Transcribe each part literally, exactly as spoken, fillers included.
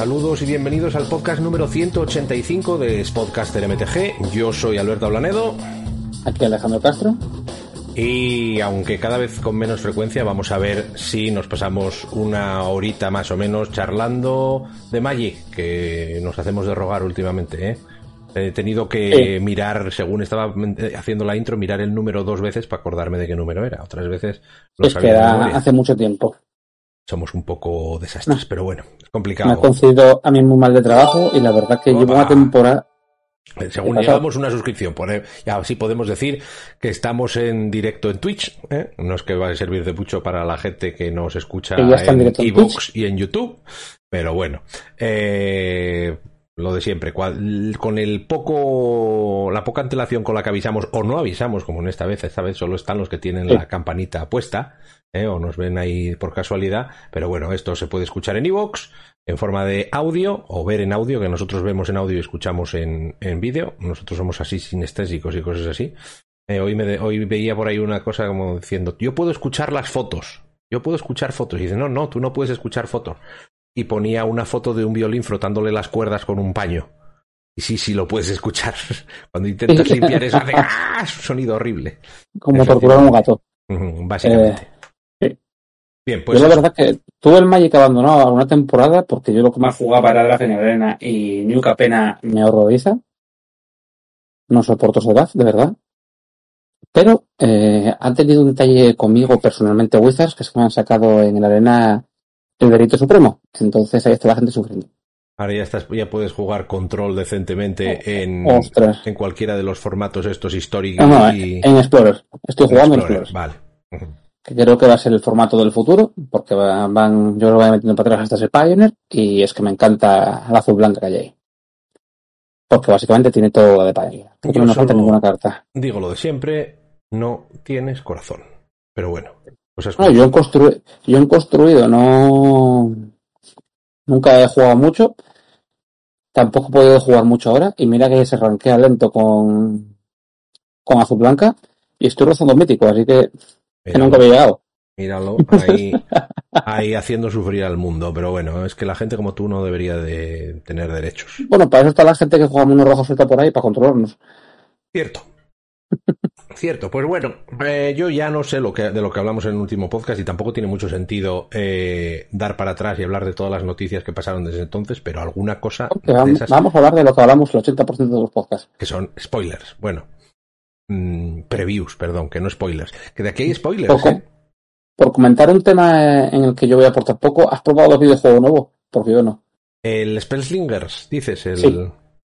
saludos y bienvenidos al podcast número ciento ochenta y cinco de Spodcaster M T G. Yo soy Alberto Ablanedo. Aquí Alejandro Castro. Y aunque cada vez con menos frecuencia, vamos a ver si nos pasamos una horita más o menos charlando de Magic, que nos hacemos de rogar últimamente, ¿eh? He tenido que sí. mirar, según estaba haciendo la intro, mirar el número dos veces para acordarme de qué número era. Otras veces lo es sabía que de da memoria. Hace mucho tiempo. Somos un poco desastres, no. pero bueno, es complicado. Me ha concedido a mí muy mal de trabajo y la verdad que Opa. llevo una temporada... Según llegamos una suscripción, ya sí podemos decir que estamos en directo en Twitch, ¿eh? No es que va a servir de mucho para la gente que nos escucha en iVoox y en YouTube, pero bueno, eh, lo de siempre, con el poco, la poca antelación con la que avisamos o no avisamos, como en esta vez, esta vez solo están los que tienen sí. la campanita puesta, ¿eh? O nos ven ahí por casualidad, pero bueno, esto se puede escuchar en iVoox en forma de audio o ver en audio, que nosotros vemos en audio y escuchamos en, en vídeo. Nosotros somos así sinestésicos y cosas así. Eh, hoy, me de, hoy veía por ahí una cosa como diciendo, yo puedo escuchar las fotos, yo puedo escuchar fotos. Y dice, no, no, tú no puedes escuchar fotos. Y ponía una foto de un violín frotándole las cuerdas con un paño. Y sí, sí lo puedes escuchar. Cuando intentas limpiar eso, hace ¡ah! Es un sonido horrible. Como torturar a un gato. Básicamente. Eh... Bien, pues yo la verdad que tuve el Magic abandonado alguna temporada porque yo lo que más jugaba era Dragon Arena y New Capena me horroriza. No soporto ese buff, de verdad. Pero eh, han tenido un detalle conmigo personalmente Wizards, que se me han sacado en la arena el delito supremo. Entonces ahí está la gente sufriendo. Ahora ya estás, ya puedes jugar control decentemente en, en cualquiera de los formatos estos históricos. No, no, y... en Explorer. Estoy en jugando Explorer, en Explorer. Vale. Uh-huh. Que creo que va a ser el formato del futuro, porque van, yo lo voy metiendo para atrás hasta ese Pioneer, y es que me encanta la azul blanca que hay ahí. Porque básicamente tiene todo de Pioneer. Porque no nos falta ninguna carta. Digo lo de siempre, no tienes corazón. Pero bueno. Pues no, yo en, constru- yo en construido no... Nunca he jugado mucho. Tampoco he podido jugar mucho ahora. Y mira que se rankea lento con, con azul blanca. Y estoy rozando mítico, así que... Que nunca había llegado. Míralo, ahí, ahí haciendo sufrir al mundo. Pero bueno, es que la gente como tú no debería de tener derechos. Bueno, para eso está la gente que juega unos rojos suelta por ahí, para controlarnos. Cierto. Cierto, pues bueno, eh, yo ya no sé lo que, de lo que hablamos en el último podcast y tampoco tiene mucho sentido eh, dar para atrás y hablar de todas las noticias que pasaron desde entonces, pero alguna cosa... Okay, vamos, esas, vamos a hablar de lo que hablamos el ochenta por ciento de los podcasts. Que son spoilers, bueno. Mm, previews, perdón, que no spoilers. Que de aquí hay spoilers, por, ¿eh? Por comentar un tema en el que yo voy a aportar poco, ¿has probado el videojuego nuevo? Porque yo no. El Spellslingers, dices, el... Sí.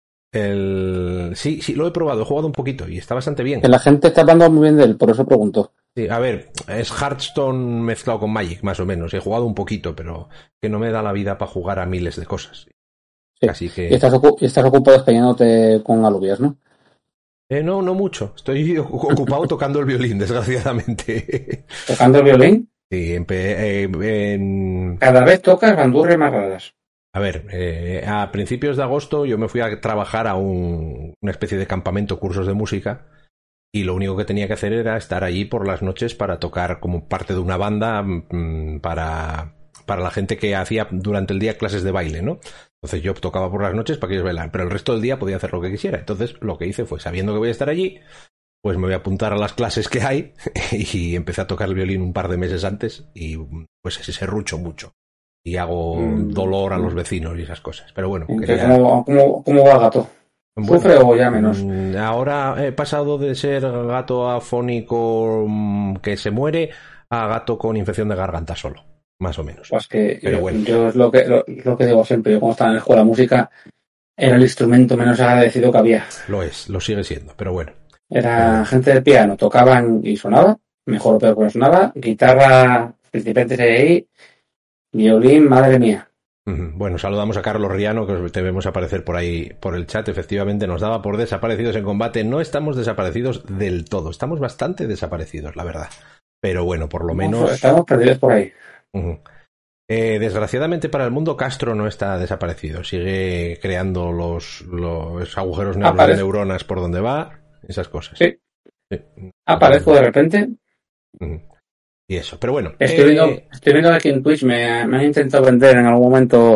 el... Sí, sí, lo he probado, he jugado un poquito y está bastante bien. Que la gente está hablando muy bien de él, por eso pregunto. Sí, a ver, es Hearthstone mezclado con Magic, más o menos. He jugado un poquito, pero que no me da la vida para jugar a miles de cosas. Sí. Así que... Y estás, ocu- y estás ocupado escañándote con alubias, ¿no? Eh, no, no mucho. Estoy ocupado tocando el violín, desgraciadamente. ¿Tocando el violín? Sí, en, eh, en... Cada vez tocas bandurrias más raras. A ver, eh, a principios de agosto yo me fui a trabajar a un, una especie de campamento, cursos de música, y lo único que tenía que hacer era estar allí por las noches para tocar como parte de una banda mmm, para, para la gente que hacía durante el día clases de baile, ¿no? Entonces yo tocaba por las noches para que ellos bailaran, pero el resto del día podía hacer lo que quisiera. Entonces lo que hice fue, sabiendo que voy a estar allí, pues me voy a apuntar a las clases que hay y empecé a tocar el violín un par de meses antes y pues ese serrucho mucho. Y hago mm. dolor a los vecinos y esas cosas. Pero bueno. Quería... ¿Cómo, cómo, ¿Cómo va el gato? Bueno, ¿sufre o ya menos? Ahora he pasado de ser gato afónico que se muere a gato con infección de garganta solo. Más o menos. Pues que Pero yo, bueno. yo es lo que, lo, lo que digo siempre. Yo cuando estaba en la escuela de música era el instrumento menos agradecido que había. Lo es, lo sigue siendo, pero bueno. Era pero... gente de piano, tocaban y sonaba, mejor o peor pero sonaba, guitarra, principiantes de ahí, violín, madre mía. Bueno, saludamos a Carlos Riano, que te vemos aparecer por ahí por el chat. Efectivamente nos daba por desaparecidos en combate. No estamos desaparecidos del todo, estamos bastante desaparecidos, la verdad. Pero bueno, por lo no, menos... Estamos perdidos por ahí. Uh-huh. Eh, desgraciadamente para el mundo, Castro no está desaparecido. Sigue creando los, los agujeros negros Aparece. de neuronas por donde va, esas cosas. Sí. sí. Aparezco de repente. Uh-huh. Y eso, pero bueno. Estoy, eh... viendo, estoy viendo aquí en Twitch, me, me han intentado vender en algún momento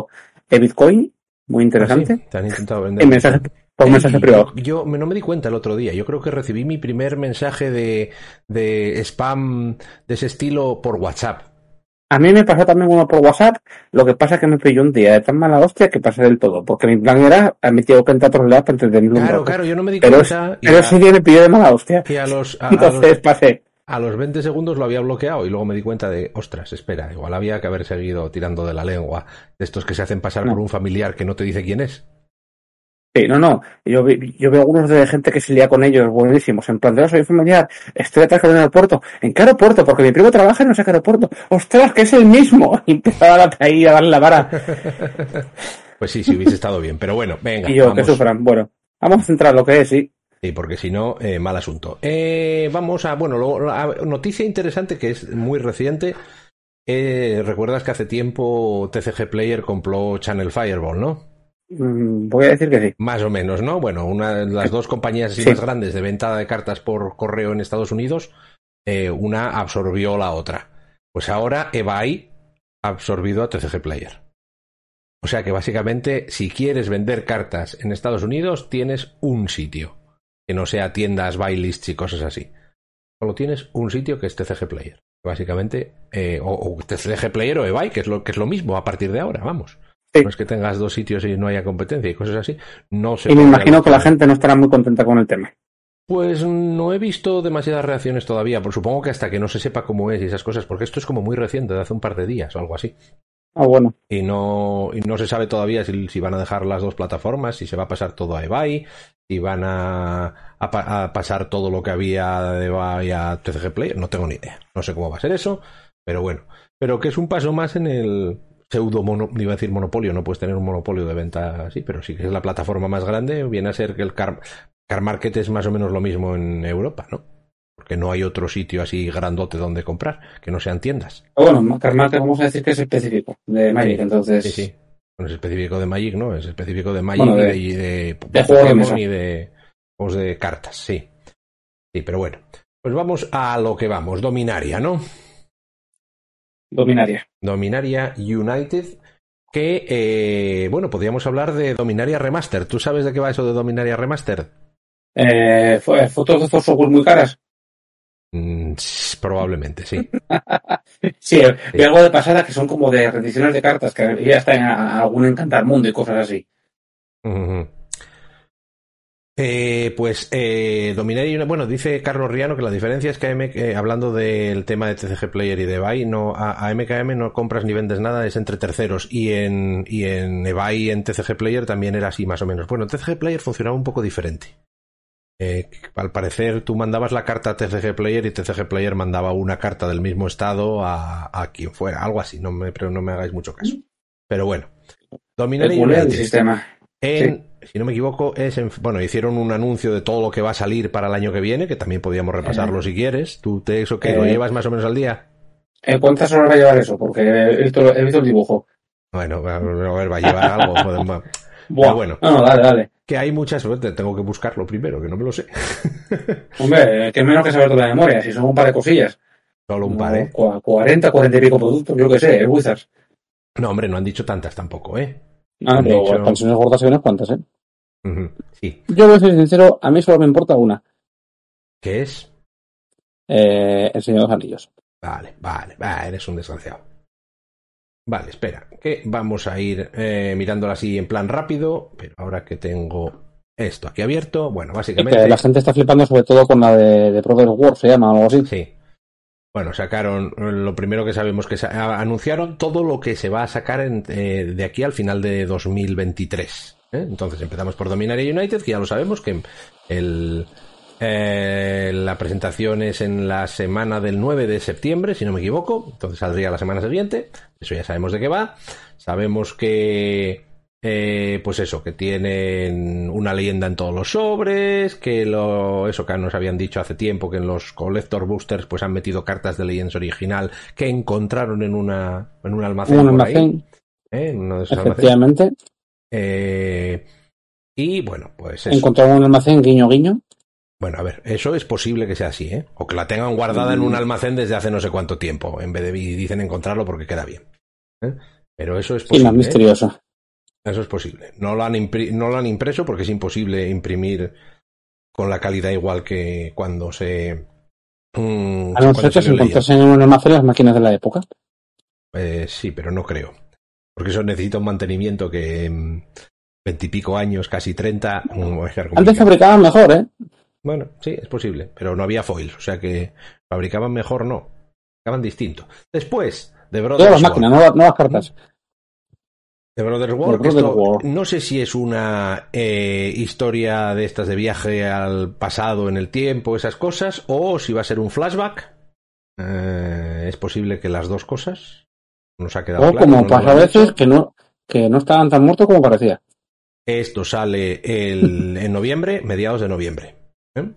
e-Bitcoin, muy interesante. Ah, sí, te han intentado vender. En mensaje, por Ey, mensaje privado. Yo, yo no me di cuenta el otro día. Yo creo que recibí mi primer mensaje de, de spam de ese estilo por WhatsApp. A mí me pasó también uno por WhatsApp, lo que pasa es que me pilló un día de tan mala hostia que pasé del todo, porque mi plan era, me tengo que entrar por el lado para entretenerlo un Claro, rato. claro, yo no me di pero cuenta. Es, pero a, ese día me pilló de mala hostia. Y a los, a, Entonces a los, pasé. A los veinte segundos lo había bloqueado y luego me di cuenta de, ostras, espera, igual había que haber seguido tirando de la lengua, de estos que se hacen pasar no. por un familiar que no te dice quién es. Sí, no, no. Yo, yo veo algunos de gente que se lía con ellos buenísimos. En plan, de, oh, soy familiar, estoy atrás del aeropuerto. ¿En qué aeropuerto? Porque mi primo trabaja en no sé qué aeropuerto. ¡Ostras, que es el mismo! Y empezaba ahí a darle la vara. Pues sí, sí hubiese estado bien. Pero bueno, venga. Y yo, vamos. que sufran. Bueno, vamos a centrar lo que es, sí. Sí, porque si no, eh, mal asunto. Eh, vamos a, bueno, lo, la noticia interesante que es muy reciente. Eh, ¿Recuerdas que hace tiempo T C G Player compró Channel Fireball, no? Voy a decir que sí. Más o menos, ¿no? Bueno, una de las dos compañías así sí. más grandes de venta de cartas por correo en Estados Unidos, eh, una absorbió la otra. Pues ahora eBay ha absorbido a T C G Player. O sea que básicamente, si quieres vender cartas en Estados Unidos, tienes un sitio. Que no sea tiendas, buy-lists y cosas así. Solo tienes un sitio que es T C G Player. Básicamente, eh, o, o T C G Player o eBay, que es lo que es lo mismo a partir de ahora, vamos. Sí. No es que tengas dos sitios y no haya competencia y cosas así. No se y me imagino que la gente no estará muy contenta con el tema. Pues no he visto demasiadas reacciones todavía, pero supongo que hasta que no se sepa cómo es y esas cosas, porque esto es como muy reciente, de hace un par de días o algo así. Ah, bueno. Y no, y no se sabe todavía si, si van a dejar las dos plataformas, si se va a pasar todo a eBay, si van a, a, a pasar todo lo que había de eBay a T C G Player, no tengo ni idea. No sé cómo va a ser eso, pero bueno. Pero que es un paso más en el pseudo mono, iba a decir monopolio, no puedes tener un monopolio de venta así, pero sí que es la plataforma más grande, viene a ser que el Car, Car Market es más o menos lo mismo en Europa, ¿no? Porque no hay otro sitio así grandote donde comprar, que no sean tiendas. Bueno, Car Market vamos a decir que es específico de Magic, sí, entonces... Sí, sí. No es específico de Magic, ¿no? Es específico de Magic, bueno, de, y de, de, de, de Pokémon y de, pues de cartas, sí. Sí, pero bueno. Pues vamos a lo que vamos, Dominaria, ¿no? Dominaria. Dominaria United, que, eh, bueno, podríamos hablar de Dominaria Remastered. ¿Tú sabes de qué va eso de Dominaria Remastered? Eh, ¿Fotos de Forsowers muy caras? Mm, probablemente, sí. sí, vi algo de pasada que son como de reediciones de cartas, que ya está en algún Encantar Mundo y cosas así. Uh-huh. Eh, pues eh, Dominaria, bueno, dice Carlos Riano que la diferencia es que M, eh, hablando del tema de T C G Player y de eBay, no, a, a M K M no compras ni vendes nada, es entre terceros, y en, y en eBay y en T C G Player también era así más o menos. Bueno, T C G Player funcionaba un poco diferente. Eh, al parecer tú mandabas la carta a T C G Player y T C G Player mandaba una carta del mismo estado a, a quien fuera, algo así, no me, pero no me hagáis mucho caso. Pero bueno, Dominaria el, el sistema. En, sí. si no me equivoco, es en, bueno, hicieron un anuncio de todo lo que va a salir para el año que viene, que también podíamos repasarlo eh, si quieres. ¿Tú te eso que eh, lo llevas más o menos al día? Eh, ¿Cuántas horas va a llevar eso? Porque he visto, he visto el dibujo. Bueno, a ver, va a llevar algo. Podemos, Buah, bueno, no, no, dale, dale. Que hay muchas suerte, tengo que buscarlo primero, que no me lo sé. Hombre, que menos que saber toda la memoria, si son un par de cosillas. Solo un par, ¿eh? cuarenta, cuarenta y pico productos, yo que sé, el Wizards. No, hombre, no han dicho tantas tampoco, ¿eh? Ah, pero dicho... expansiones gordas hay unas cuantas, ¿eh? Uh-huh. Sí. Yo voy a ser sincero, a mí solo me importa una. ¿Qué es? Eh, el Señor de los Anillos. Vale, vale, vale, eres un desgraciado. Vale, espera, que vamos a ir eh, mirándola así en plan rápido, pero ahora que tengo esto aquí abierto, bueno, básicamente... Que la gente está flipando sobre todo con la de, de Brother War, se llama, o algo así. Sí. Bueno, sacaron, lo primero que sabemos que sa- anunciaron todo lo que se va a sacar en, eh, de aquí al final de dos mil veintitrés. ¿eh? Entonces empezamos por Dominaria United, que ya lo sabemos, que el... Eh, la presentación es en la semana del nueve de septiembre, si no me equivoco, entonces saldría la semana siguiente. Eso ya sabemos de qué va. Sabemos que eh, pues eso, que tienen una leyenda en todos los sobres, que lo, eso que nos habían dicho hace tiempo, que en los Collector Boosters pues han metido cartas de Legends original que encontraron en una en un almacén, un por almacén. Ahí, ¿eh? En uno de esos efectivamente almacenes. Eh, y bueno, pues eso. Encontraron un almacén guiño guiño. Bueno, a ver, eso es posible que sea así, ¿eh? O que la tengan guardada en un almacén desde hace no sé cuánto tiempo, en vez de y dicen encontrarlo porque queda bien. ¿eh? Pero eso es posible. Sí, más misterioso. Eso es posible. No lo han impri- no lo han impreso porque es imposible imprimir con la calidad igual que cuando se... Mmm, a no ser que se encontrasen en un almacén las máquinas de la época. Eh, sí, pero no creo. Porque eso necesita un mantenimiento que en veintipico años, casi treinta... Um, Antes fabricaban mejor, ¿eh? Bueno, sí, es posible, pero no había foil, o sea que fabricaban mejor, no. Fabricaban distinto. Después, de Brothers Todas las máquinas, no, no las cartas. The Brothers War, Brothers esto, War. No sé si es una eh, historia de estas de viaje al pasado en el tiempo, esas cosas, o si va a ser un flashback. Eh, es posible que las dos cosas. Nos ha quedado o claro. Como no pasa a veces, que no, que no estaban tan muertos como parecía. Esto sale el, en noviembre, mediados de noviembre. ¿Eh?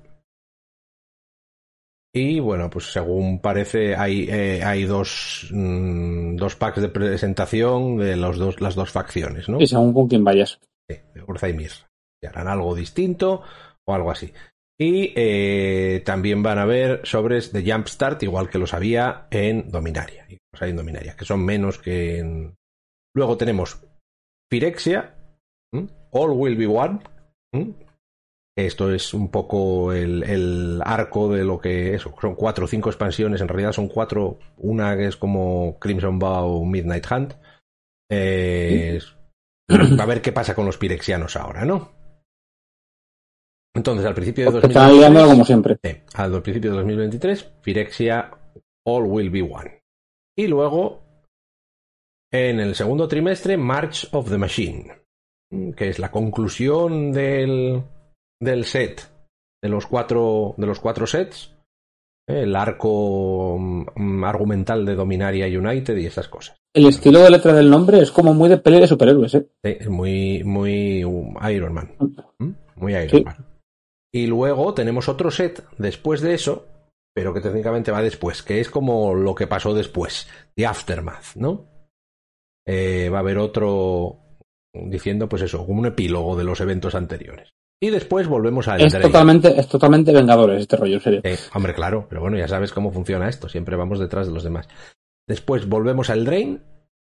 Y bueno, pues según parece hay eh, hay dos mmm, dos packs de presentación de los dos las dos facciones, ¿no? Y según con quién vayas. Sí, de Urza y Mir. Y harán algo distinto o algo así. Y eh, también van a haber sobres de Jumpstart, igual que los había en Dominaria. Y los hay en Dominaria, que son menos que en... Luego tenemos Phyrexia, ¿m? All Will Be One. ¿m? Esto es un poco el, el arco de lo que es. Son cuatro o cinco expansiones. En realidad son cuatro. Una que es como Crimson Bow Midnight Hunt. Eh, ¿Sí? A ver qué pasa con los pirexianos ahora, ¿no? Entonces, al principio de dos mil veintitrés... Están liando como siempre. Eh, al principio de dos mil veintitrés, Phyrexia All Will Be One. Y luego, en el segundo trimestre, March of the Machine. Que es la conclusión del... del set, de los cuatro de los cuatro sets, eh, el arco um, argumental de Dominaria United y esas cosas. El estilo de letra del nombre es como muy de peli de superhéroes, ¿eh? Sí, es muy muy um, Iron Man, ¿Mm? muy Iron sí. Man. Y luego tenemos otro set después de eso, pero que técnicamente va después, que es como lo que pasó después, The Aftermath, ¿no? Eh, va a haber otro diciendo, pues eso, como un epílogo de los eventos anteriores. Y después volvemos al es totalmente, es totalmente Vengadores este rollo, en serio. Eh, hombre, claro, pero bueno, ya sabes cómo funciona esto. Siempre vamos detrás de los demás. Después volvemos al Drain.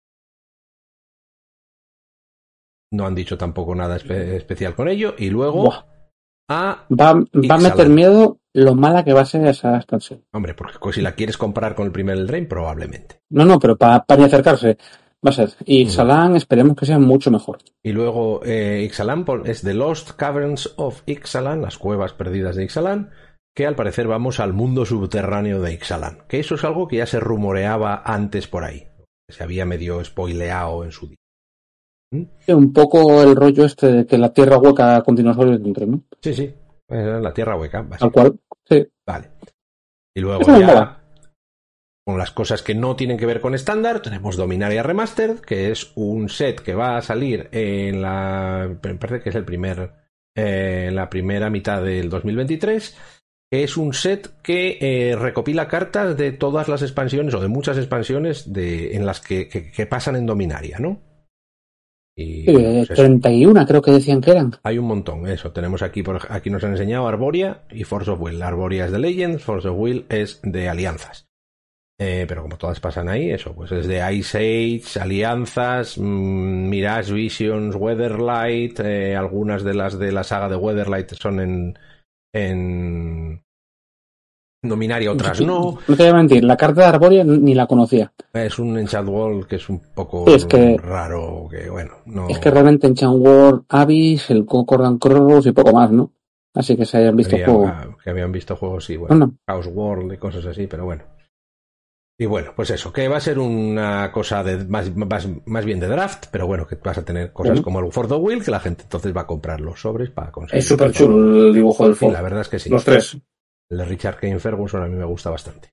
No han dicho tampoco nada espe- especial con ello. Y luego Buah. a... Va, va a meter miedo lo mala que va a ser esa expansión. Hombre, porque si la quieres comparar con el primer el Drain, probablemente. No, no, pero para pa ni acercarse. Va a ser. Y Ixalan, uh-huh. esperemos que sea mucho mejor. Y luego eh, Ixalan es The Lost Caverns of Ixalan, las cuevas perdidas de Ixalan, que al parecer vamos al mundo subterráneo de Ixalan. Que eso es algo que ya se rumoreaba antes por ahí. Se había medio spoileado en su día. ¿Mm? Sí, un poco el rollo este de que la tierra hueca con dinosaurios dentro, ¿no? Sí, sí. La tierra hueca. Tal cual, sí. Vale. Y luego eso ya... Con las cosas que no tienen que ver con estándar, tenemos Dominaria Remastered, que es un set que va a salir en la... Me parece que es el primer... Eh, en la primera mitad del dos mil veintitrés. Es un set que eh, recopila cartas de todas las expansiones, o de muchas expansiones de, en las que, que, que pasan en Dominaria, ¿no? Y, sí, pues treinta y uno creo que decían que eran. Hay un montón, eso. Tenemos aquí, por, aquí nos han enseñado Arboria y Force of Will. Arboria es de Legends, Force of Will es de Alianzas. Eh, pero como todas pasan ahí, eso, pues es de Ice Age, Alianzas, mmm, Mirage Visions, Weatherlight, eh, algunas de las de la saga de Weatherlight son en, en Dominaria, otras no. No te voy a mentir, la carta de Arboria ni la conocía. Es un Enchant World que es un poco sí, es que, raro, que bueno, no... Es que realmente Enchant World, Abyss, el Concordan Cross y poco más, ¿no? Así que se hayan visto había, juegos. Que habían visto juegos, sí, bueno, no, no. Chaos World y cosas así, pero bueno. Y bueno, pues eso, que va a ser una cosa de más, más, más bien de draft, pero bueno, que vas a tener cosas uh-huh. como el For the Will, que la gente entonces va a comprar los sobres para conseguir. Es súper chulo el dibujo del For. Sí, la verdad es que sí. Los tres. El de Richard Kane Ferguson a mí me gusta bastante.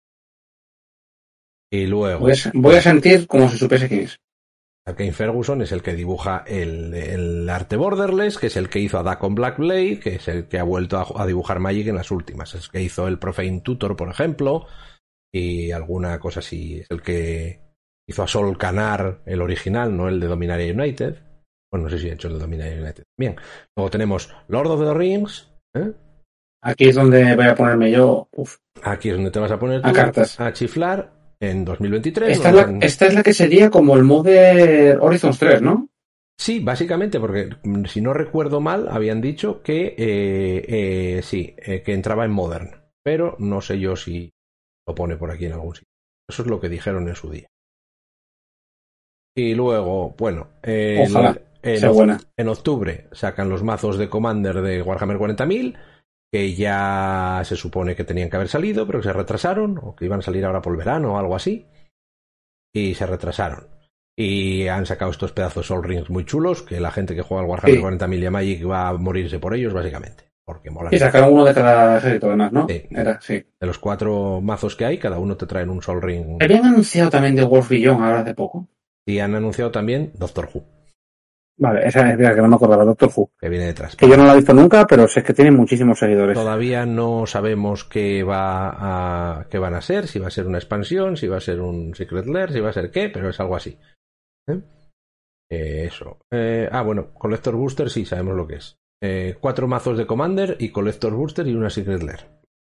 Y luego... Voy a, voy a sentir como si supiese quién es. Kane Ferguson es el que dibuja el, el arte Borderless, que es el que hizo a Dacon Black Blade, que es el que ha vuelto a, a dibujar Magic en las últimas. Es el que hizo el Profane Tutor, por ejemplo... y alguna cosa así. Es el que hizo a Sol Canar, el original, no el de Dominaria United. Bueno, no sé si ha hecho el de Dominaria United. Bien. Luego tenemos Lord of the Rings. ¿eh? Aquí es donde voy a ponerme yo. Uf. Aquí es donde te vas a poner tú a cartas. A chiflar en dos mil veintitrés. Esta, ¿no? es la, esta es la que sería como el Modern Horizons tres, ¿no? Sí, básicamente, porque si no recuerdo mal, habían dicho que eh, eh, sí, eh, que entraba en Modern, pero no sé yo si lo pone por aquí en algún sitio. Eso es lo que dijeron en su día. Y luego, bueno, eh, Ojalá en, sea buena. En octubre sacan los mazos de Commander de Warhammer cuarenta mil, que ya se supone que tenían que haber salido, pero que se retrasaron, o que iban a salir ahora por el verano o algo así, y se retrasaron. Y han sacado estos pedazos de Sol Rings muy chulos, que la gente que juega al Warhammer sí. cuarenta mil y a Magic va a morirse por ellos, básicamente. Porque molan. Y sacaron uno de cada ejército, además, ¿no? Sí. Era, sí. De los cuatro mazos que hay, cada uno te traen un Sol Ring. Habían anunciado también de Wolf Beyond ahora hace poco. Y han anunciado también Doctor Who. Vale, esa es la que no me acordaba, Doctor Who. Que viene detrás. Que yo no la he visto nunca, pero sé que tiene muchísimos seguidores. Todavía no sabemos qué va a, qué van a ser, si va a ser una expansión, si va a ser un Secret Lair, si va a ser qué, pero es algo así. ¿Eh? Eh, eso. Eh, ah, bueno, Collector Booster sí, sabemos lo que es. Eh, cuatro mazos de Commander y Collector Booster y una Secret Lair.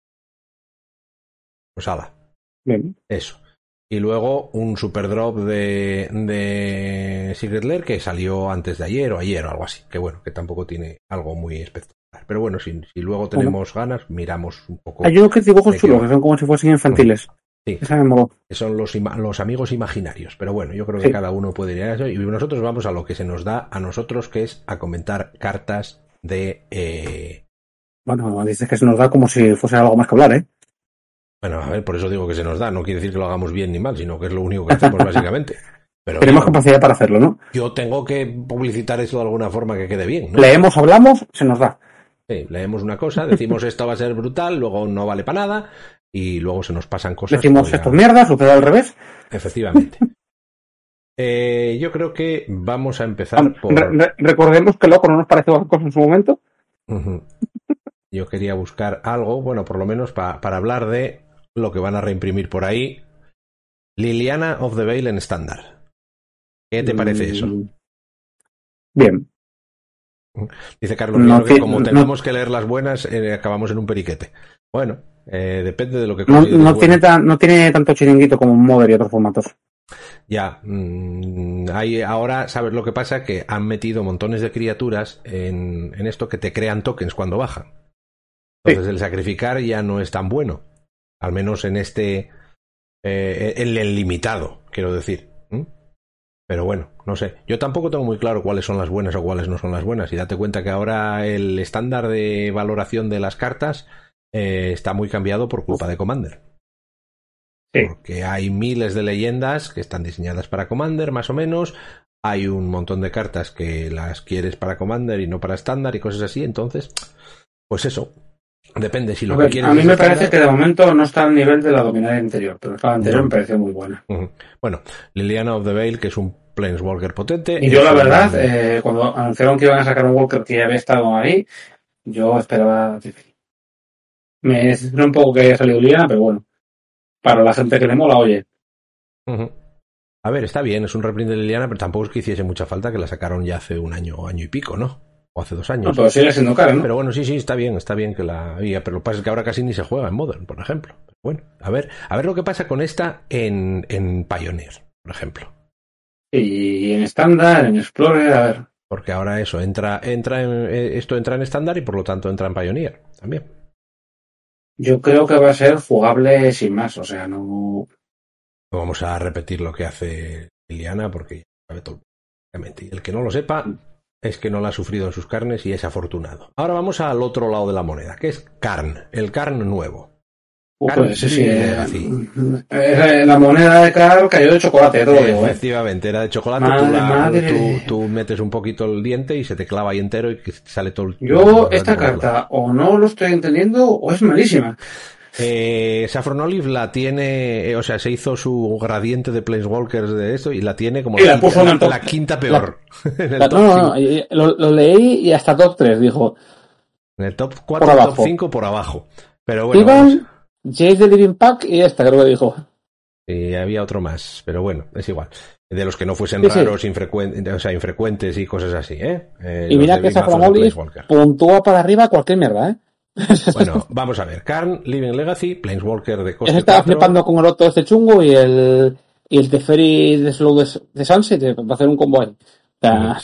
Pues ala. Bien. Eso. Y luego un super drop de, de Secret Lair que salió antes de ayer o ayer o algo así. Que bueno, que tampoco tiene algo muy espectacular. Pero bueno, si, si luego tenemos bueno. ganas, miramos un poco. Hay uno que dibujos chulos, que son como si fuesen infantiles. Sí, esa me moló. Que son los, los amigos imaginarios. Pero bueno, yo creo que sí. cada uno puede ir a eso. Y nosotros vamos a lo que se nos da a nosotros, que es a comentar cartas de... Eh... Bueno, dices que se nos da como si fuese algo más que hablar, ¿eh? Bueno, a ver, por eso digo que se nos da. No quiere decir que lo hagamos bien ni mal, sino que es lo único que hacemos básicamente. Pero tenemos yo, capacidad para hacerlo, ¿no? Yo tengo que publicitar eso de alguna forma que quede bien, ¿no? Leemos, hablamos, se nos da. Sí, leemos una cosa, decimos esto va a ser brutal, luego no vale para nada y luego se nos pasan cosas. Decimos esto es mierda, sucede al revés. Efectivamente. eh, yo creo que vamos a empezar Vamos, por... Re re recordemos que loco no nos pareció gran cosa en su momento. Uh-huh. Yo quería buscar algo, bueno, por lo menos pa para hablar de lo que van a reimprimir por ahí. Liliana of the Veil en estándar. ¿Qué te parece mm, eso? Bien. Dice Carlos no, que como no, tenemos que leer las buenas, eh, acabamos en un periquete. Bueno, eh, depende de lo que no, no tiene tan, no tiene tanto chiringuito como Modern y otros formatos. Ya, mmm, hay ahora, ¿sabes lo que pasa? Que han metido montones de criaturas en, en esto que te crean tokens cuando bajan. Entonces sí. El sacrificar ya no es tan bueno. Al menos en este... Eh, en el limitado, quiero decir. ¿Mm? Pero bueno, no sé. Yo tampoco tengo muy claro cuáles son las buenas o cuáles no son las buenas. Y date cuenta que ahora el estándar de valoración de las cartas eh, está muy cambiado por culpa de Commander. Sí. Porque hay miles de leyendas que están diseñadas para Commander, más o menos. Hay un montón de cartas que las quieres para Commander y no para estándar y cosas así. Entonces, pues eso. Depende si lo a ver, que quieres. A mí me estándar... parece que de momento no está al nivel de la dominada anterior, pero la anterior no. me pareció muy buena. Uh-huh. Bueno, Liliana of the Veil, que es un Planeswalker potente. Y yo, la verdad, un... eh, cuando anunciaron que iban a sacar un Walker que ya había estado ahí, yo esperaba. Me decepcionó un poco que haya salido Liliana, pero bueno. Para la gente que le mola, oye. Uh-huh. A ver, está bien, es un reprint de Liliana, pero tampoco es que hiciese mucha falta, que la sacaron ya hace un año o año y pico, ¿no? O hace dos años. No, pero sigue siendo cara, ¿no? Pero bueno, sí, sí, está bien, está bien que la había, pero lo que pasa es que ahora casi ni se juega en Modern, por ejemplo. Bueno, a ver, a ver lo que pasa con esta en, en Pioneer, por ejemplo. Y en estándar, en Explorer, a ver. Porque ahora eso, entra, entra en, esto entra en estándar y por lo tanto entra en Pioneer también. Yo creo que va a ser jugable sin más, o sea, no... No vamos a repetir lo que hace Liliana porque ya sabe todo. Y el que no lo sepa... es que no la ha sufrido en sus carnes y es afortunado. Ahora vamos al otro lado de la moneda, que es Karn, el Karn nuevo. Uf, Karn, sí, sí, eh, la moneda de Karn cayó de chocolate. Todo eh, efectivamente, era de chocolate. Madre, tú, la, madre. Tú, tú metes un poquito el diente y se te clava ahí entero y sale todo el... Yo esta carta o no lo estoy entendiendo o es malísima. Eh, Saffron Olive la tiene, eh, o sea, se hizo su gradiente de Planeswalkers de esto y la tiene como y la, la, puso quinta, en top, la quinta peor. La, en el la, top no, no, no, lo, lo leí y hasta top tres dijo. En el top cuatro, top cinco por abajo. Pero bueno. Iban, Jace de Living Pack y esta creo que dijo. Y había otro más, pero bueno, es igual. De los que no fuesen sí, raros, sí. Infrecuentes, o sea, infrecuentes y cosas así, ¿eh? eh y mira que Saffron Olive puntúa para arriba cualquier mierda, ¿eh? Bueno, vamos a ver. Karn, Living Legacy, Planeswalker de coste cuatro. Estaba flipando con el otro este chungo y el y el Teferi de Slow de, de Sunset va a hacer un combo ahí. O sea...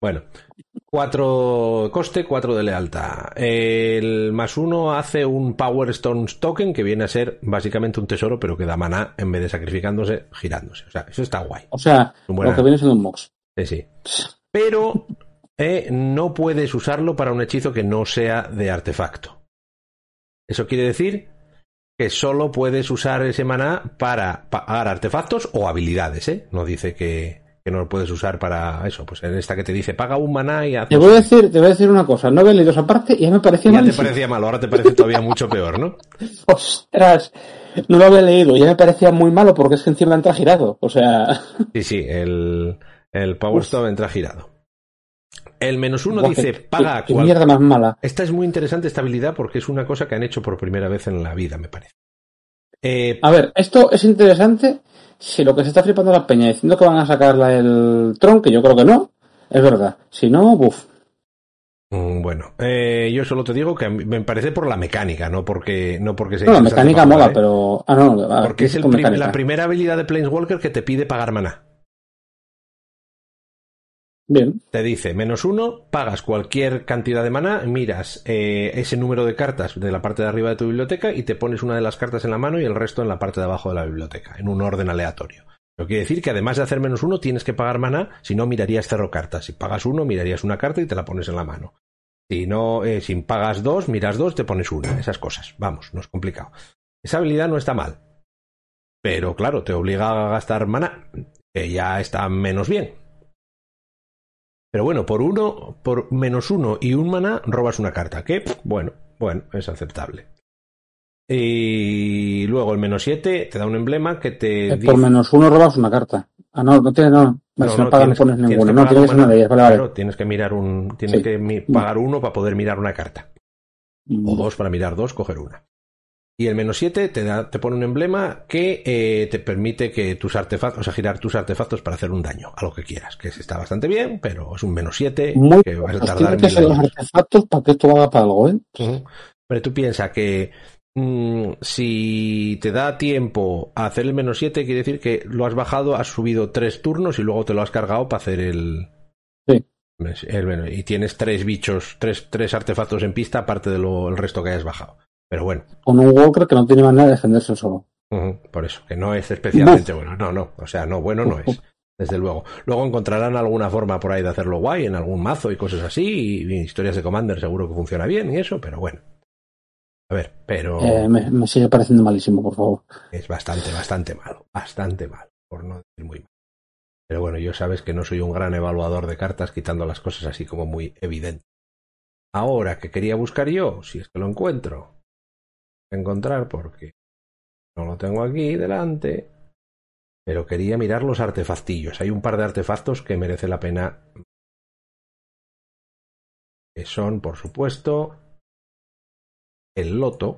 Bueno, cuatro coste, cuatro de lealtad. El más uno hace un Power Stones Token que viene a ser básicamente un tesoro, pero que da maná en vez de sacrificándose, girándose. O sea, eso está guay. O sea, buena... lo que viene siendo un mox. Sí, sí. Pero eh, no puedes usarlo para un hechizo que no sea de artefacto. Eso quiere decir que solo puedes usar ese maná para pagar artefactos o habilidades, ¿eh? No dice que, que no lo puedes usar para eso. Pues en esta que te dice, paga un maná y haz... Te voy a decir, te voy a decir una cosa. No había leído esa parte y ya me parecía mal. Ya te parecía malo, ahora te parece todavía mucho peor, ¿no? ¡Ostras! No lo había leído, ya me parecía muy malo porque es que encima entra girado. O sea... Sí, sí, el, el Power Stone entra girado. El menos uno Buah, dice, qué, paga... Qué, qué mierda más mala. Esta es muy interesante, esta habilidad, porque es una cosa que han hecho por primera vez en la vida, me parece. Eh, a ver, esto es interesante si lo que se está flipando la peña diciendo que van a sacarla el Tron, que yo creo que no, es verdad. Si no, buf. Bueno, eh, yo solo te digo que me parece por la mecánica, no porque no porque se no, la mecánica mola, ¿eh? Pero ah no, no porque es el prim la primera habilidad de Planeswalker que te pide pagar maná. Bien. Te dice, menos uno, pagas cualquier cantidad de maná, miras eh, ese número de cartas de la parte de arriba de tu biblioteca y te pones una de las cartas en la mano y el resto en la parte de abajo de la biblioteca, en un orden aleatorio. Lo que quiere decir que además de hacer menos uno, tienes que pagar maná, si no mirarías cero cartas. Si pagas uno, mirarías una carta y te la pones en la mano. Si no, eh, si pagas dos, miras dos, te pones una. Esas cosas. Vamos, no es complicado. Esa habilidad no está mal. Pero claro, te obliga a gastar maná, que ya está menos bien. Pero bueno, por uno, por menos uno y un maná, robas una carta. Que, bueno, bueno, es aceptable. Y luego el menos siete te da un emblema que te... Eh, por menos uno robas una carta. Ah, no, no tienes, no. No, si no, no pagas no pones ninguna. No, tienes una de ellas, vale, vale. Claro, tienes que mirar un... Tienes sí. que mi, pagar uno para poder mirar una carta. Mm. O dos para mirar dos, coger una. Y el menos siete te, da, te pone un emblema que eh, te permite que tus artefactos, o sea, girar tus artefactos para hacer un daño a lo que quieras, que está bastante bien, pero es un menos siete Muy que vas a tardar que ser los artefactos para que esto haga para algo, ¿eh? Uh-huh. Pero tú piensas que mmm, si te da tiempo a hacer el menos siete, quiere decir que lo has bajado, has subido tres turnos y luego te lo has cargado para hacer el... Sí. el y tienes tres bichos, tres, tres artefactos en pista aparte de lo, el resto que hayas bajado. Pero bueno. Con un Walker que no tiene manera de defenderse solo. Uh-huh, por eso, que no es especialmente Uf. bueno. No, no. O sea, no, bueno no es. Desde luego. Luego encontrarán alguna forma por ahí de hacerlo guay en algún mazo y cosas así. Y, y historias de Commander seguro que funciona bien y eso, pero bueno. A ver, pero... Eh, me, me sigue pareciendo malísimo, por favor. Es bastante, bastante malo. Bastante malo, por no decir muy mal. Pero bueno, yo sabes que no soy un gran evaluador de cartas quitando las cosas así como muy evidentes. Ahora, ¿qué quería buscar yo? Si es que lo encuentro. Encontrar porque no lo tengo aquí delante, pero quería mirar los artefactillos. Hay un par de artefactos que merece la pena, que son, por supuesto, el Loto,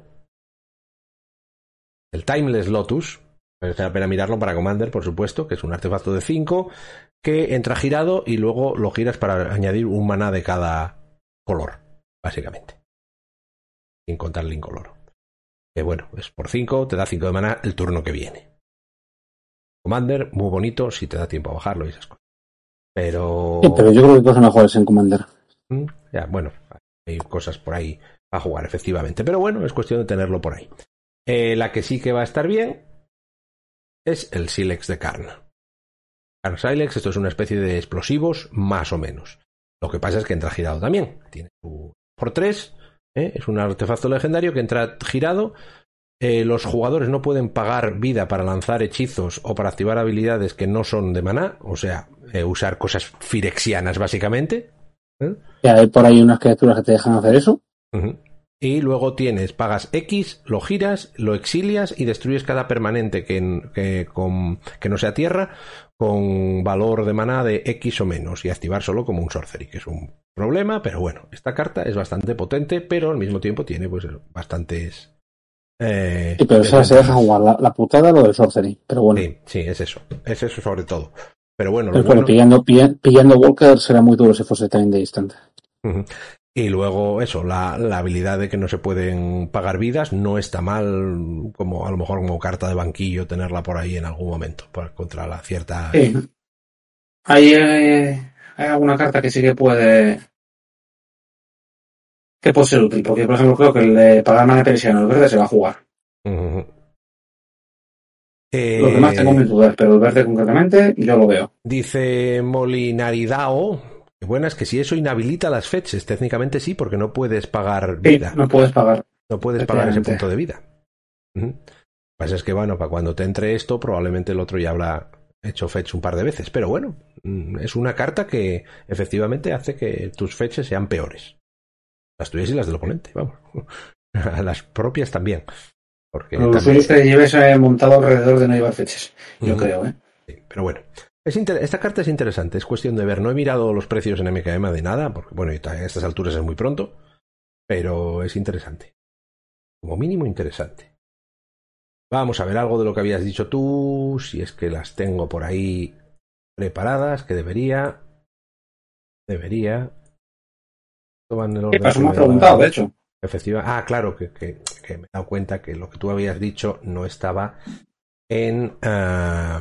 el Timeless Lotus. Merece la pena mirarlo para Commander, por supuesto, que es un artefacto de cinco que entra girado y luego lo giras para añadir un maná de cada color, básicamente, sin contar el incoloro. Que bueno, es por cinco, te da cinco de maná el turno que viene. Commander, muy bonito si te da tiempo a bajarlo y esas cosas. Pero... Sí, pero yo creo que hay cosas mejores en Commander. ¿Mm? Ya, bueno, hay cosas por ahí a jugar, efectivamente. Pero bueno, es cuestión de tenerlo por ahí. Eh, la que sí que va a estar bien es el Silex de Karn. Karn Silex, esto es una especie de explosivos, más o menos. Lo que pasa es que entra girado también. Tiene su por tres... ¿Eh? Es un artefacto legendario que entra girado. Eh, los jugadores no pueden pagar vida para lanzar hechizos o para activar habilidades que no son de maná, o sea, eh, usar cosas firexianas básicamente. ¿Eh? Y hay por ahí unas criaturas que te dejan hacer eso. Uh-huh. Y luego tienes, pagas X, lo giras, lo exilias y destruyes cada permanente que, que, con, que no sea tierra con valor de maná de X o menos y activar solo como un sorcery, que es un problema, pero bueno, esta carta es bastante potente, pero al mismo tiempo tiene pues bastantes... Eh, sí, pero esa se deja jugar la, la putada lo del sorcery, pero bueno. Sí, sí, es eso, es eso sobre todo. Pero bueno, pero lo bueno bueno... pillando, pillando, pillando Walker será muy duro si fuese time de instant. Uh-huh. Y luego eso, la, la habilidad de que no se pueden pagar vidas no está mal, como a lo mejor como carta de banquillo tenerla por ahí en algún momento, para, contra la cierta... Sí. Hay, eh, hay alguna carta que sí que puede que puede ser útil, porque por ejemplo creo que el de pagar mana persiano, el verde se va a jugar. Uh-huh. Eh, Los demás tengo mis dudas, pero el verde concretamente yo lo veo. Dice Molinaridao, que buena es que si eso inhabilita las fetches, técnicamente sí, porque no puedes pagar vida. Sí, no puedes pagar. No puedes pagar ese punto de vida. Uh-huh. Lo que pasa es que, bueno, para cuando te entre esto, probablemente el otro ya habrá hecho fetch un par de veces. Pero bueno, es una carta que efectivamente hace que tus fetches sean peores. Las tuyas y las del oponente, vamos. Las propias también. Porque Los suyos que lleves montado alrededor de no llevar fetches, yo uh-huh. creo, ¿eh? Sí, pero bueno. Es inter... Esta carta es interesante, es cuestión de ver. No he mirado los precios en M K M de nada, porque bueno, a estas alturas es muy pronto, pero es interesante. Como mínimo interesante. Vamos a ver algo de lo que habías dicho tú, si es que las tengo por ahí preparadas, que debería. Debería. En el orden. ¿Qué pasó? Me has preguntado, de hecho. Efectivamente. Ah, claro, que, que, que me he dado cuenta que lo que tú habías dicho no estaba en, uh,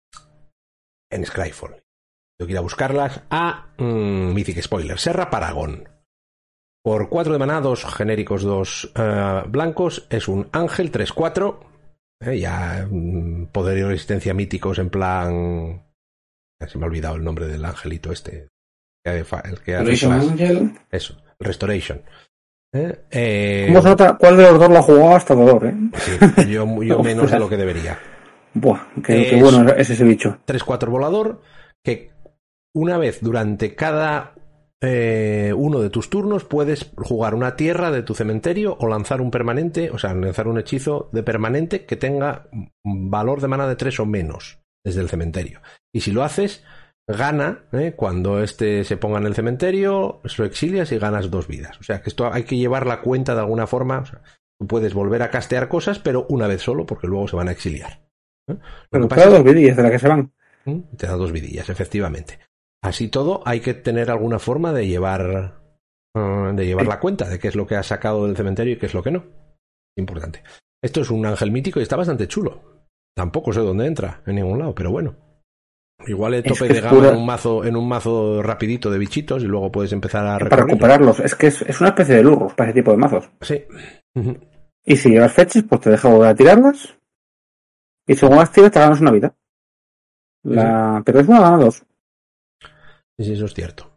en Scryfall. Tengo que ir a buscarlas a mm, Mythic Spoiler. Serra Paragon. Por cuatro de maná, dos genéricos, dos uh, blancos. Es un ángel tres cuatro. Eh, ya mm, poder y resistencia míticos en plan... Ya se me ha olvidado el nombre del angelito este. El que hace Angel. Eso, Restoration. ¿Eh? Eh, ¿Cómo se nota cuál de los dos lo ha jugado hasta dolor, eh? Sí, yo, yo menos de lo que debería. Buah, qué, qué bueno es ese bicho. tres cuatro volador, que una vez durante cada eh, uno de tus turnos puedes jugar una tierra de tu cementerio o lanzar un permanente, o sea, lanzar un hechizo de permanente que tenga valor de mana de tres o menos desde el cementerio. Y si lo haces, gana, ¿eh? Cuando este se ponga en el cementerio, lo exilias y ganas dos vidas. O sea, que esto hay que llevar la cuenta de alguna forma. O sea, tú puedes volver a castear cosas, pero una vez solo, porque luego se van a exiliar. ¿Eh? Pero te da dos vidillas de la que se van. ¿Eh? Te da dos vidillas, efectivamente. Así todo, hay que tener alguna forma de llevar uh, de llevar sí. la cuenta de qué es lo que has sacado del cementerio y qué es lo que no. Importante. Esto es un ángel mítico y está bastante chulo. Tampoco sé dónde entra, en ningún lado, pero bueno. Igual el tope es que de gama en un mazo en un mazo rapidito de bichitos y luego puedes empezar a para recuperarlos. Es que es, es una especie de lurros para ese tipo de mazos. Sí. Uh-huh. Y si llevas fetches, pues te deja volver a tirarlas. Y según las tiras te ganas una vida. La... Sí. Pero es una gana dos. Sí, sí, eso es cierto.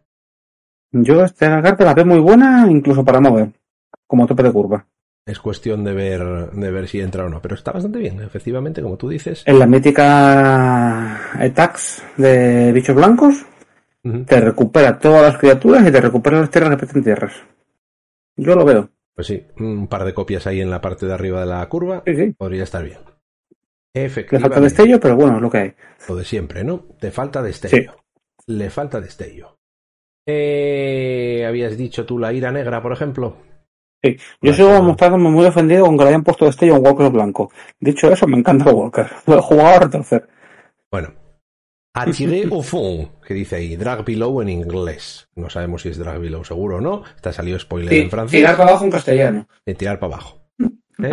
Yo esta carta la veo muy buena incluso para mover. Como tope de curva. Es cuestión de ver de ver si entra o no, pero está bastante bien, efectivamente, como tú dices. En la mítica Attacks de bichos blancos, uh-huh. te recupera todas las criaturas y te recupera las tierras que prestan tierras. Yo lo veo. Pues sí, un par de copias ahí en la parte de arriba de la curva, sí, sí. podría estar bien. Efectivamente. Le falta destello, pero bueno, es lo que hay. Lo de siempre, ¿no? Te falta destello. Sí. Le falta destello. Eh, ¿Habías dicho tú la ira negra, por ejemplo? Sí, yo sigo mostrándome muy ofendido con que le hayan puesto destello a un Walker blanco. Dicho eso, me encanta el Walker. Lo he jugado a retorcer. Bueno. Attiré au fond, que dice ahí, drag below en inglés. No sabemos si es drag below seguro o no. Está salido spoiler sí, en francés. Tirar para abajo en castellano. Y tirar para abajo. ¿Eh?